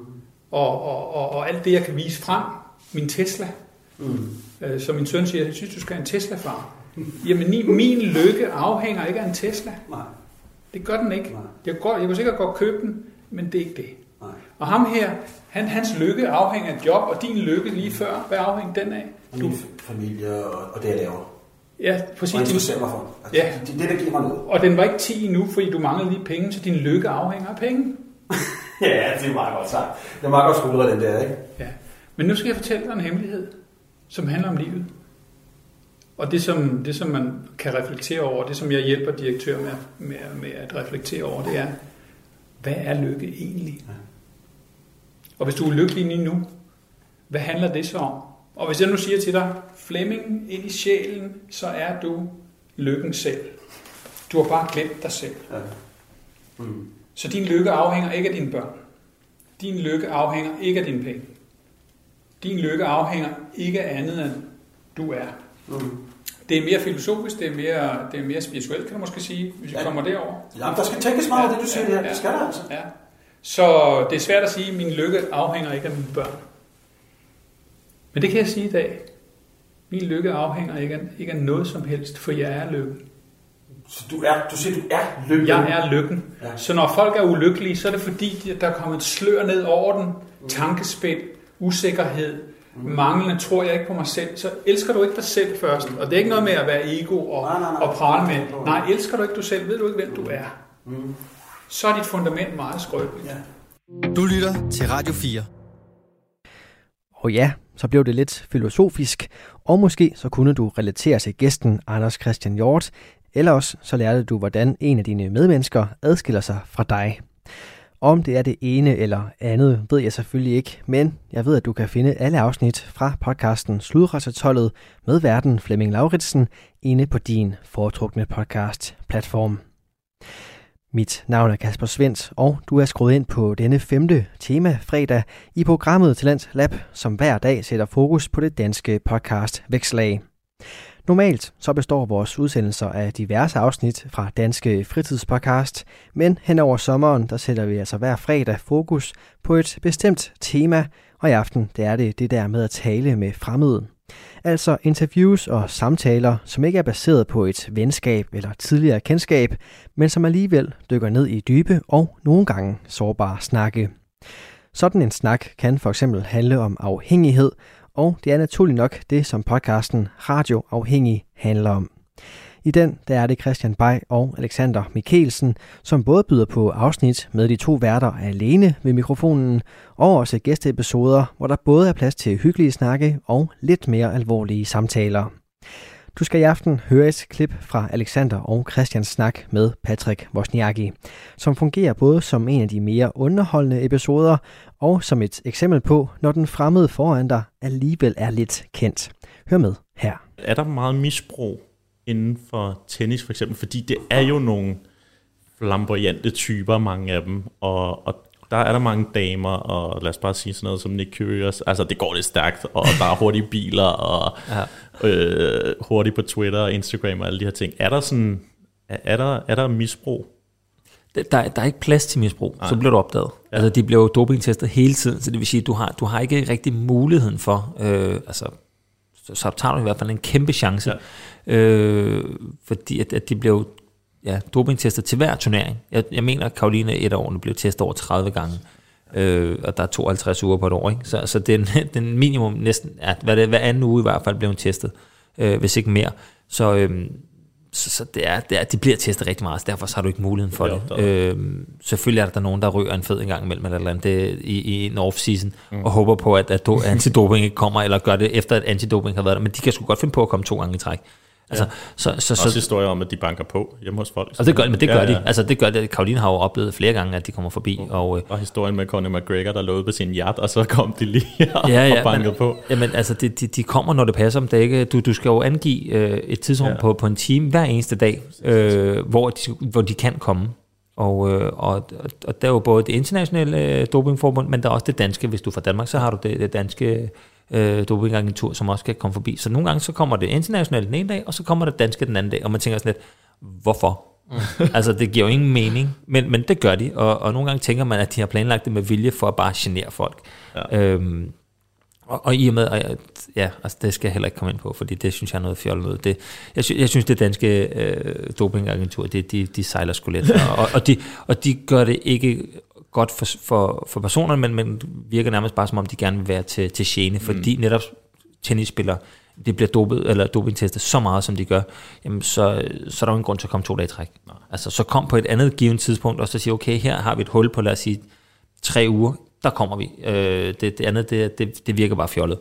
og alt det, jeg kan vise frem, min Tesla, som min søn siger, jeg synes, du skal have en Tesla-far. Jamen, min lykke afhænger ikke af en Tesla. Nej. Det gør den ikke. Jeg kunne sikkert godt købe den, men det er ikke det. Nej. Og ham her, hans lykke afhænger af job, og din lykke lige før, hvad afhænger den af? Min familie og det, jeg laver. Ja, præcis. Og interesserer mig for. Altså, ja. Det, der giver mig noget. Og den var ikke 10 endnu, fordi du manglede lige penge, så din lykke afhænger af penge. Ja, det er meget godt sagt. Det er meget godt skuldret, den der, ikke? Ja. Men nu skal jeg fortælle dig en hemmelighed, som handler om livet. Og det som man kan reflektere over, det som jeg hjælper direktør med at reflektere over, det er, hvad er lykke egentlig? Ja. Og hvis du er lykkelig lige nu, hvad handler det så om? Og hvis jeg nu siger til dig, Flemming, ind i sjælen, så er du lykken selv. Du har bare glemt dig selv. Ja. Så din lykke afhænger ikke af dine børn. Din lykke afhænger ikke af dine penge. Din lykke afhænger ikke af andet end du er. Det er mere filosofisk, det er mere spirituelt, kan du måske sige, hvis vi kommer derover. Ja, der skal tænkes meget af det, du siger her. Det skal der altså. Ja. Så det er svært at sige, at min lykke afhænger ikke af mine børn. Men det kan jeg sige i dag. Min lykke afhænger ikke af noget som helst, for jeg er lykken. Så du siger, du er lykken? Jeg er lykken. Ja. Så når folk er ulykkelige, så er det fordi, der er kommet et slør ned over den. Tankespænd, usikkerhed, manglende tror jeg ikke på mig selv. Så elsker du ikke dig selv først. Og det er ikke noget med at være ego og prale med. Nej, elsker du ikke dig selv, ved du ikke, hvem du er. Så er dit fundament meget skrøbeligt. Ja. Du lytter til Radio 4. Og ja, så blev det lidt filosofisk, og måske så kunne du relatere til gæsten Anders Christian Hjort, eller også så lærte du, hvordan en af dine medmennesker adskiller sig fra dig. Om det er det ene eller andet, ved jeg selvfølgelig ikke, men jeg ved, at du kan finde alle afsnit fra podcasten Sludrejseholdet med værten Flemming Lauritsen inde på din foretrukne podcast-platform. Mit navn er Kasper Svendt, og du er skruet ind på denne 5. tema-fredag i programmet Talent Lab, som hver dag sætter fokus på det danske podcast Vækslag. Normalt så består vores udsendelser af diverse afsnit fra Danske Fritidspodcast, men hen over sommeren, der sætter vi altså hver fredag fokus på et bestemt tema, og i aften det er det der med at tale med fremmede. Altså interviews og samtaler, som ikke er baseret på et venskab eller tidligere kendskab, men som alligevel dykker ned i dybe og nogle gange sårbare snakke. Sådan en snak kan for eksempel handle om afhængighed, og det er naturligt nok det, som podcasten Radioafhængig handler om. I den der er det Christian Bay og Alexander Mikkelsen, som både byder på afsnit med de to værter alene ved mikrofonen, og også gæsteepisoder, hvor der både er plads til hyggelige snakke og lidt mere alvorlige samtaler. Du skal i aften høre et klip fra Alexander og Christians snak med Patrick Wozniacki, som fungerer både som en af de mere underholdende episoder, og som et eksempel på, når den fremmede foran dig alligevel er lidt kendt. Hør med her. Er der meget misbrug inden for tennis for eksempel? Fordi det er jo nogle flamboyante typer, mange af dem, og der er der mange damer, og lad os bare sige sådan noget som Nick Kyrgios. Altså det går lidt stærkt, og der er hurtige biler, og hurtigt på Twitter og Instagram og alle de her ting. Er der sådan, er der misbrug? Der er ikke plads til misbrug, så bliver du opdaget. Ja. Altså de bliver jo dopingtestet hele tiden, så det vil sige, at du har ikke rigtig muligheden for, så tager du i hvert fald en kæmpe chance, fordi at de bliver jo dopingtestet til hver turnering. Jeg mener, at Caroline et år blev testet over 30 gange, og der er 52 uger på et år, ikke? Så den minimum næsten, hver anden uge i hvert fald blev hun testet, hvis ikke mere. Så de bliver testet rigtig meget, så derfor har du ikke muligheden for det. Selvfølgelig er der nogen, der ryger en fed en gang imellem eller andet i en off-season, og håber på, at antidoping ikke kommer, eller gør det efter, at antidoping har været der. Men de kan sgu godt finde på at komme 2 gange i træk. Altså, også historier om, at de banker på hjemme hos folk. Og det gør de. Altså, det gør det. Caroline har jo oplevet flere gange, at de kommer forbi. Og historien med Conor McGregor, der lå på sin yacht, og så kom de lige og bankede på. Jamen, altså, de kommer, når det passer dem. Det ikke, du skal jo angive et tidsrum på en time hver eneste dag, hvor de kan komme. Og der er jo både det internationale dopingforbund, men der er også det danske. Hvis du er fra Danmark, så har du det danske dopingagentur, som også kan komme forbi. Så nogle gange så kommer det internationalt den ene dag, og så kommer det danske den anden dag, og man tænker sådan lidt, hvorfor? Altså det giver jo ingen mening, men det gør de, og nogle gange tænker man, at de har planlagt det med vilje for at bare genere folk. Ja. Og i og med, altså det skal jeg heller ikke komme ind på, fordi det synes jeg er noget fjollet noget. Jeg synes det danske dopingagentur, de sejler sgu lidt, og de gør det ikke godt for personerne, men virker nærmest bare som om de gerne vil være til gene, fordi netop tennisspillere, de bliver dopet eller dopingtestet så meget som de gør, jamen så er der jo ingen grund til at komme 2 dage i træk. Nej. Altså så kom på et andet givet tidspunkt og så sige, okay, her har vi et hul på lad os sige 3 uger, der kommer vi. Det andet det virker bare fjollet.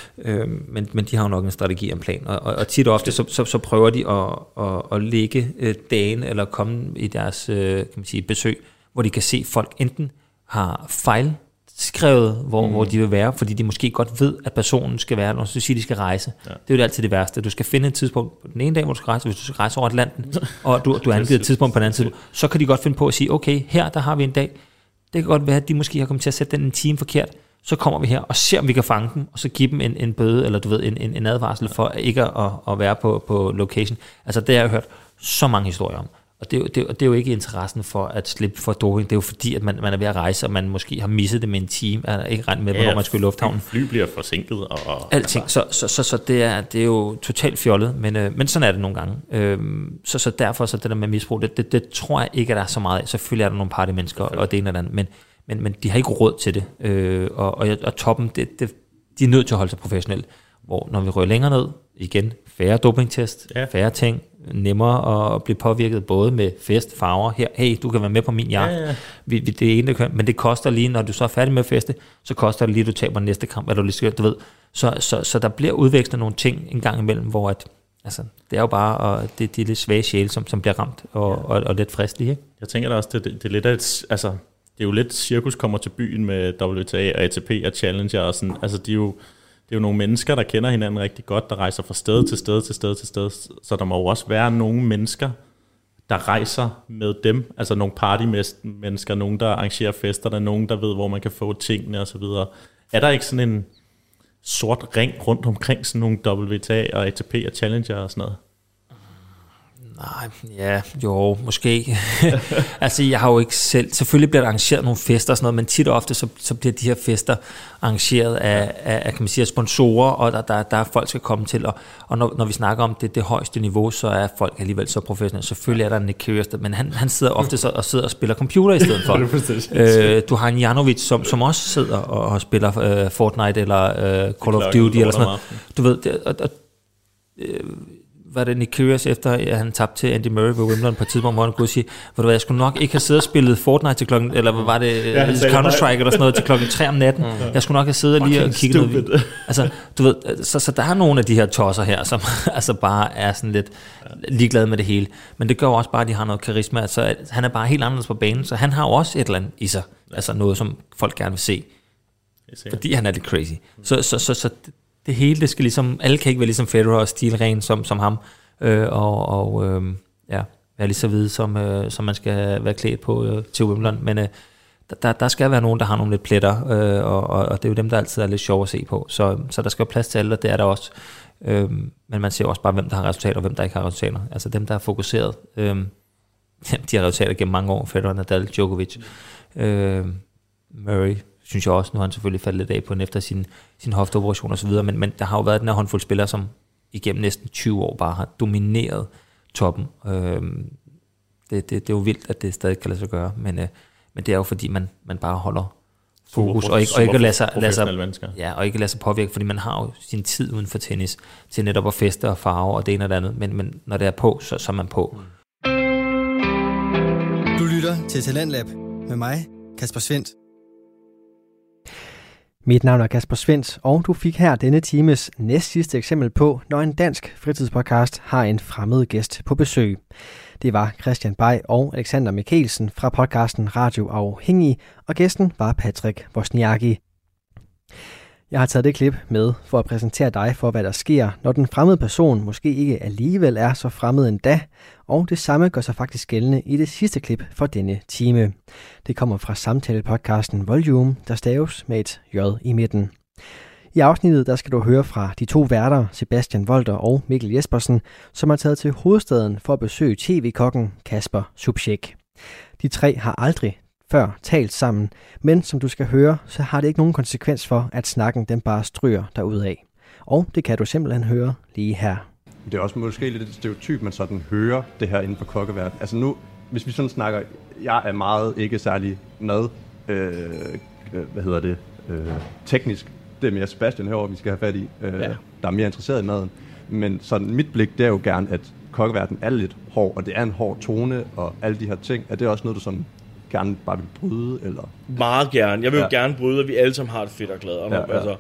Men de har jo nok en strategi og en plan, og tit og ofte så prøver de at lægge dagen eller komme i deres kan man sige besøg, hvor de kan se folk enten har fejlskrevet, hvor de vil være, fordi de måske godt ved, at personen skal være der, og så siger, de skal rejse. Ja. Det er jo altid det værste. Du skal finde et tidspunkt på den ene dag, hvor du skal rejse, hvis du skal rejse over Atlanten, og du har angivet et tidspunkt på den anden side, så kan de godt finde på at sige, okay, her der har vi en dag. Det kan godt være, at de måske har kommet til at sætte den en time forkert, så kommer vi her og ser, om vi kan fange dem, og så give dem en bøde, eller du ved, en advarsel for ikke at være på location. Altså det har jeg hørt så mange historier om. Og det er jo ikke interessen for at slippe for doping. Det er jo fordi, at man er ved at rejse, og man måske har misset det med en time, er ikke regnet med, hvornår man skal i lufthavnen. Fly bliver forsinket. Og alting. Så det er jo totalt fjollet, men sådan er det nogle gange. Så derfor så det der med misbrug, det tror jeg ikke, at der er så meget af. Selvfølgelig er der nogle partymennesker og det ene eller andet, men de har ikke råd til det. Og toppen, de er nødt til at holde sig professionelt. Hvor når vi rører længere ned, igen, færre dopingtest, færre ting, nemmere at blive påvirket både med fest, farver, her, hey, du kan være med på min jagt, det er en, der kan, men det koster lige, når du så er færdig med at feste, så koster det lige, at du taber næste kamp, eller du lige skal, du ved, så der bliver udvekslet nogle ting en gang imellem, hvor at, altså, det er jo bare, det er lidt svage sjæle, som bliver ramt, og lidt fristelige, ikke? Jeg tænker da også, det er lidt af et, altså, det er jo lidt, cirkus kommer til byen med WTA og ATP og Challenger og sådan, altså det er jo nogle mennesker, der kender hinanden rigtig godt, der rejser fra sted til sted til sted til sted, så der må jo også være nogle mennesker, der rejser med dem, altså nogle partymennesker, nogen der arrangerer fester, der er nogen der ved, hvor man kan få tingene og så videre. Er der ikke sådan en sort ring rundt omkring sådan nogle WTA og ATP og Challenger og sådan noget? Nej, ja, jo, måske. Altså, jeg har jo ikke selv... Selvfølgelig bliver der arrangeret nogle fester og sådan noget, men tit og ofte, så bliver de her fester arrangeret af kan man sige, sponsorer, og der er folk, skal komme til. Og når vi snakker om det højeste niveau, så er folk alligevel så professionelle. Selvfølgelig er der Nick Kyrgios, men han sidder ofte og spiller computer i stedet for. Du har en Janovic, som også sidder og spiller Fortnite eller Call of Duty eller sådan noget. Du ved, var det Nick Kyrgios, efter at han tabte til Andy Murray ved Wimbledon på et tidspunkt, hvor han kunne sige, jeg skulle nok ikke have siddet og spillet Fortnite til klokken, eller hvad var det, Counter-Strike eller sådan noget, til klokken 3 om natten. Jeg skulle nok have siddet lige og kigget noget. Altså, du ved, så der er nogle af de her tosser her, som altså bare er sådan lidt ligeglade med det hele. Men det gør også bare, at de har noget karisma. Altså, han er bare helt anderledes på banen, så han har også et eller andet i sig. Altså noget, som folk gerne vil se. Fordi han er lidt crazy. Så det hele, det skal ligesom, alle kan ikke være ligesom Federer og stilren som ham, være lige så hvide, som man skal være klædt på til Wimbledon, men der skal være nogen, der har nogle lidt pletter, og det er jo dem, der altid er lidt sjov at se på, så der skal være plads til alle, og det er der også, men man ser også bare, hvem der har resultater, og hvem der ikke har resultater, altså dem, der er fokuseret, de har resultater gennem mange år, Federer, Nadal, Djokovic, Murray, synes jeg også, nu har han selvfølgelig faldet lidt af på den efter sin hofteoperation og så videre, men der har jo været den her håndfuld spillere, som igennem næsten 20 år bare har domineret toppen. Det er jo vildt, at det stadig kan lade sig gøre, men det er jo fordi, man bare holder fokus, og ikke lade sig påvirke, fordi man har jo sin tid uden for tennis, til netop at feste og farve og det ene og det andet, men når det er på, så er man på. Du lytter til Talentlab med mig, Kasper Svendt. Mit navn er Kasper Svendt, og du fik her denne times næst sidste eksempel på, når en dansk fritidspodcast har en fremmed gæst på besøg. Det var Christian Bay og Alexander Mikkelsen fra podcasten Radio Afhængig, og gæsten var Patrick Wozniacki. Jeg har taget det klip med for at præsentere dig for, hvad der sker, når den fremmede person måske ikke alligevel er så fremmed endda, og det samme gør sig faktisk gældende i det sidste klip for denne time. Det kommer fra samtalepodcasten Volume, der staves med et J i midten. I afsnittet der skal du høre fra de to værter, Sebastian Wolter og Mikkel Jespersen, som er taget til hovedstaden for at besøge tv-kokken Kasper Subchek. De tre har aldrig før talt sammen, men som du skal høre, så har det ikke nogen konsekvens for, at snakken den bare stryger derudad. Og det kan du simpelthen høre lige her. Det er også måske lidt et stereotyp, man sådan hører det her inden for kokkeverdenen. Altså nu, hvis vi sådan snakker, jeg er meget ikke særlig mad, teknisk. Det er mere Sebastian herovre, vi skal have fat i, der er mere interesseret i maden. Men sådan mit blik, det er jo gerne, at kokkeverdenen er lidt hård, og det er en hård tone, og alle de her ting. Er det også noget, du sådan gerne bare vil bryde, eller? Meget gerne. Jeg vil jo gerne bryde, at vi alle sammen har det fedt og glad. Ja. Altså,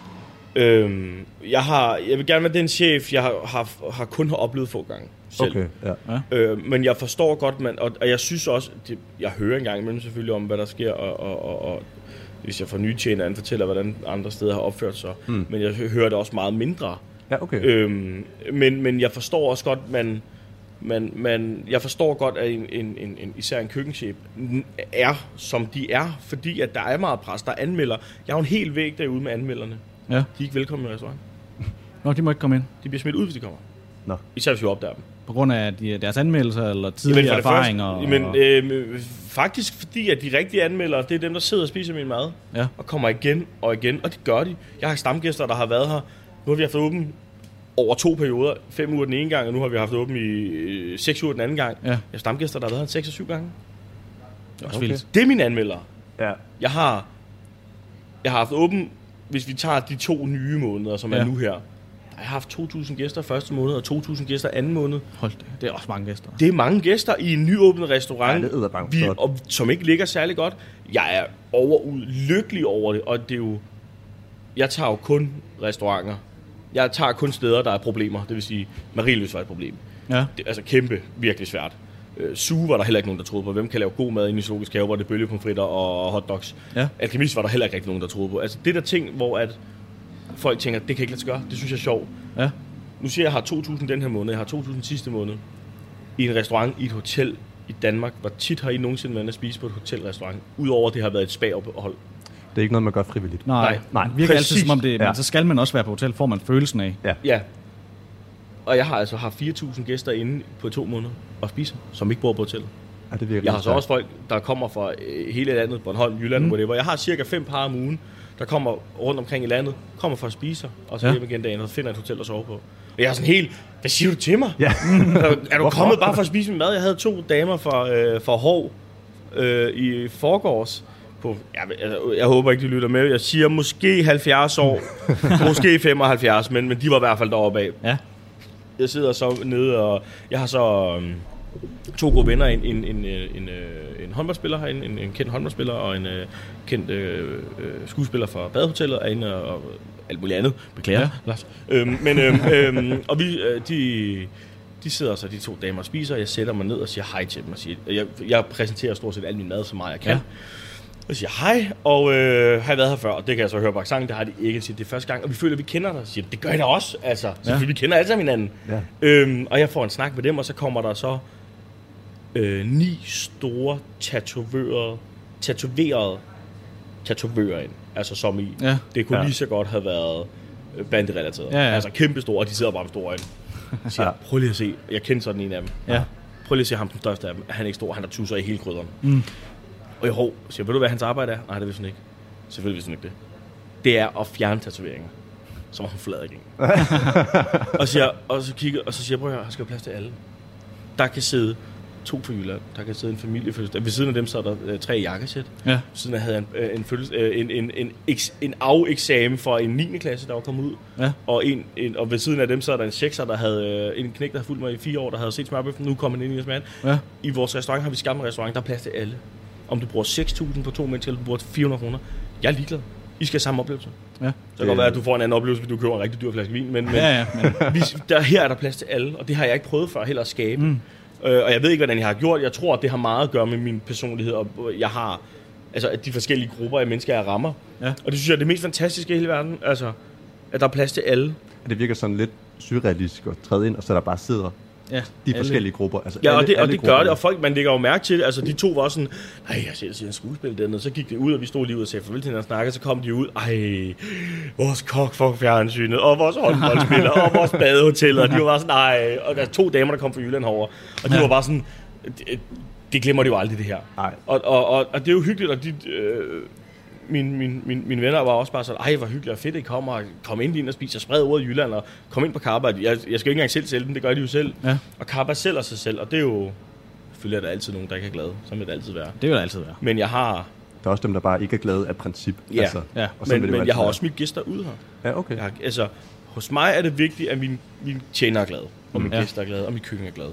jeg vil gerne være den chef, jeg har kun oplevet få gange selv. Okay, ja. Men jeg forstår godt, og jeg synes også, jeg hører engang imellem selvfølgelig om, hvad der sker, og hvis jeg får nye tjenere, fortæller, hvordan andre steder har opført sig. Men jeg hører det også meget mindre. Ja, okay. Men jeg forstår også godt, jeg forstår godt, at især en køkkenchef er, som de er, fordi at der er meget pres, der anmelder. Jeg har jo en hel væg derude med anmelderne. Ja. De er ikke velkommen i restauranten. Nå, de må ikke komme ind. De bliver smidt ud, hvis de kommer. Nå. Især hvis vi opdager dem. På grund af deres anmeldelser eller tidligere erfaringer? Faktisk fordi, at de rigtige anmeldere, det er dem, der sidder og spiser min mad. Ja. Og kommer igen og igen, og det gør de. Jeg har stamgæster, der har været her. Nu har vi haft åben over 2 perioder. 5 uger den ene gang, og nu har vi haft åben i 6 uger den anden gang. Ja. Jeg har stamgæster, der har været her 6 og 7 gange. Okay. Det er mine anmeldere. Ja. Jeg har haft åben, hvis vi tager de 2 nye måneder, som er nu her. Jeg har haft 2.000 gæster første måned, og 2.000 gæster anden måned. Hold det er også mange gæster. Det er mange gæster i en nyåbnet restaurant, og som ikke ligger særlig godt. Jeg er lykkelig over det, og det er jo... Jeg tager jo kun restauranter. Jeg tager kun steder, der er problemer. Det vil sige, Marieløs var et problem. Ja. Det, altså kæmpe, virkelig svært. Suge var der heller ikke nogen, der troede på. Hvem kan lave god mad inde i zoologisk have, hvor det er bølgepomfritter og hotdogs? Ja. Alkemist var der heller ikke rigtig nogen, der troede på. Altså det der ting, hvor at folk tænker, det kan ikke lade sig gøre. Det synes jeg er sjovt. Ja. Nu siger jeg har 2.000 den her måned, jeg har 2.000 sidste måned. i en restaurant i et hotel i Danmark. Hvor tit har I nogensinde været at spise på et hotelrestaurant, udover det har været et spa-ophold? Det er ikke noget, man gør frivilligt. Nej. Det virker altid som om det, men så skal man også være på hotel, får man følelsen af. Ja. Og jeg har altså haft 4.000 gæster inde på 2 måneder og spiser, som ikke bor på hotellet. Ja, det virker jeg har så også folk, der kommer fra hele landet, Bornholm, Jylland, whatever. Jeg har cirka 5 par om ugen, der kommer rundt omkring i landet, kommer for at spise, og så hjem igen dagen, og finder et hotel at sove på. Og jeg er sådan helt, hvad siger du til mig? Ja. Er du kommet bare for at spise min mad? Jeg havde 2 damer fra Hov i forgårs. Jeg håber ikke, de lytter med. Jeg siger måske 70 år, måske 75, men de var i hvert fald deroppe af. Ja. Jeg sidder så nede, og jeg har så 2 gode venner, en håndboldspiller herinde, en kendt håndboldspiller, og en kendt skuespiller fra Badehotellet, og alt muligt andet. Beklager, Lars. Og vi, de sidder så, de 2 damer, og spiser, og jeg sætter mig ned og siger hej til dem, og siger, jeg præsenterer stort set al min mad så meget jeg kan. Ja. Jeg siger hej, og har jeg været her før? Og det kan jeg så høre på accenten, det har de ikke. Siger, det er første gang, og vi føler, at vi kender dig. Siger, det gør I da også, altså. Selvfølgelig, vi kender alle sammen hinanden. Ja. Og jeg får en snak med dem, og så kommer der så 9 store tatovører ind. Altså som i, det kunne lige så godt have været banderelateret. Ja. Altså kæmpe store, og de sidder bare med store øjne. Jeg siger, prøv lige at se, jeg kender sådan en af dem. Ja. Prøv lige at se ham, den største af dem. Han er ikke stor, han har tusser i hele krydderen. Og jeg siger, ved du hvad hans arbejde er? Nej, det vidste hun ikke. Selvfølgelig vidste hun ikke det. Det er at fjerne tatoveringer. Som hun flader igen. og så kigger, og så siger jeg, prøv at høre, her skal jo plads til alle. Der kan sidde 2 fra Jylland. Der kan sidde en familie. Ved siden af dem så er der 3 jakkesæt. Ja. Ved siden af havde en afeksamen for en 9. klasse, der var kommet ud. Ja. Og ved siden af dem så er der en 6'er, der havde en knæk, der havde fulgt mig i 4 år, der havde set smørbøffen. Nu kommer den ind i smag. Ja. I vores restaurant har vi skabt en restaurant, der er plads til alle. Om du bruger 6.000 på 2 mennesker, eller du bruger 400 kroner. Jeg er ligeglad. I skal have samme oplevelse. Ja. Så kan godt være, at du får en anden oplevelse, hvis du køber en rigtig dyr flaske vin. Men her er der plads til alle, og det har jeg ikke prøvet før heller at skabe. Og jeg ved ikke, hvordan jeg har gjort. Jeg tror, at det har meget at gøre med min personlighed, og jeg har altså de forskellige grupper af mennesker, jeg rammer. Ja. Og det synes jeg er det mest fantastiske i hele verden, altså at der er plads til alle. Det virker sådan lidt surrealistisk at træde ind, og så der bare sidder de forskellige grupper. Altså ja, og det gør det, og folk, man lægger jo mærke til det. Altså de 2 var sådan, jeg ser en skuespil dernede. Så gik det ud, og vi stod lige ud og sagde farvel til hinanden og snakkede. Så kom de ud, vores kok for fjernsynet, og vores håndboldspiller, og vores badehotel. Og de var bare sådan, og der er 2 damer, der kom fra Jylland herover. Og de var bare sådan, det glemmer de jo aldrig det her. Og det er jo hyggeligt, og mine venner var også bare sådan, hvor hyggeligt og fedt, at I kommer ind og spiser spred over i Jylland, og kom ind på Karba. Jeg skal ikke engang selv sælge dem, det gør de jo selv. Ja. Og Karba sælger sig selv, og det er jo, selvfølgelig er der altid nogen, der ikke er glade. Så vil det altid være. Det vil det altid være. Men jeg har... Der er også dem, der bare ikke er glade af princip. Ja, altså, men jeg har også mit gæster ude her. Ja, okay. Hos mig er det vigtigt, at mine tjener er glade, og mine gæster er glade, og mit køkken er glade.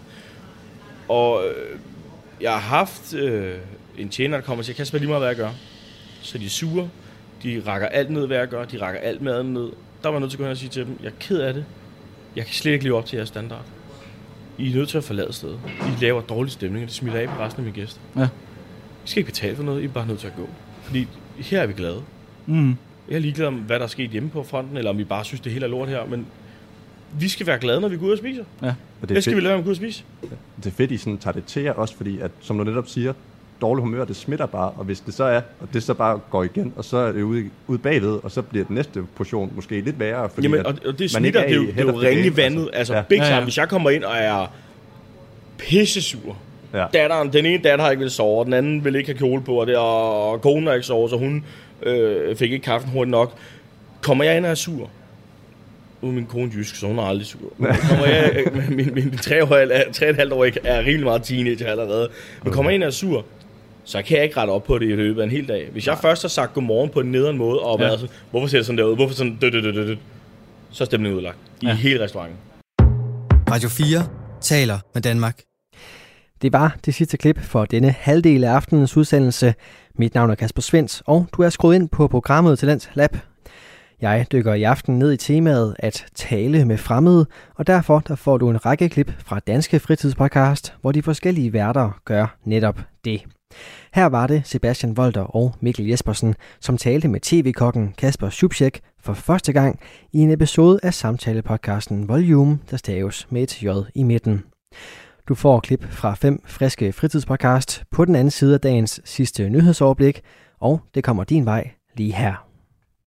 Og jeg har haft en tjener, der kommer og siger, Kasper, lige meget hvad jeg gør. Så de er sure, de rækker alt ned, hvad jeg gør, de rækker alt maden ned. Der var jeg nødt til at gå hen og sige til dem, jeg er ked af det. Jeg kan slet ikke leve op til jeres standard. I er nødt til at forlade stedet. I laver dårlig stemning, og det smitter af på resten af mine gæster. Ja. I skal ikke betale for noget, I er bare nødt til at gå. Fordi her er vi glade. Jeg er ligeglad om, hvad der er sket hjemme på fronten, eller om vi bare synes, det hele er lort her, men vi skal være glade, når vi går ud og spiser. Ja. Det skal vi lade, når vi går ud og spise. Ja. Det er fedt, I sådan tager det til jer også, fordi at, som du netop siger, dårlig humør, det smitter bare, og hvis det så er, og det så bare går igen, og så er det ude bagved, og så bliver den næste portion måske lidt værre, fordi og det smitter, det er jo ringe i vandet, altså big time. Hvis jeg kommer ind og er pissesur, den ene datter har ikke vil sove, den anden vil ikke have kjole på, og konen har ikke sovet, så hun fik ikke kaffen hurtigt nok. Kommer jeg ind og er sur, min kone jysk, så hun er aldrig sur. Kommer jeg, min 3,5-årige er rimelig meget teenager allerede, men kommer jeg ind og er sur, så kan jeg ikke rette op på det i løbet af en hel dag. Hvis jeg først har sagt godmorgen på en nederen måde, og været sådan, hvorfor ser det sådan derude, hvorfor sådan så er stemningen udlagt i hele restauranten. Radio 4 taler med Danmark. Det var det sidste klip for denne halvdel af aftenens udsendelse. Mit navn er Kasper Svendt, og du er skruet ind på programmet Talent Lab. Jeg dykker i aften ned i temaet at tale med fremmede, og derfor får du en række klip fra Danske Fritidspodcast, hvor de forskellige værter gør netop det. Her var det Sebastian Wolter og Mikkel Jespersen, som talte med tv-kokken Kasper Schubschek for første gang i en episode af samtalepodcasten Volume, der staves med et J i midten. Du får klip fra 5 friske fritidspodcast på den anden side af dagens sidste nyhedsoverblik, og det kommer din vej lige her.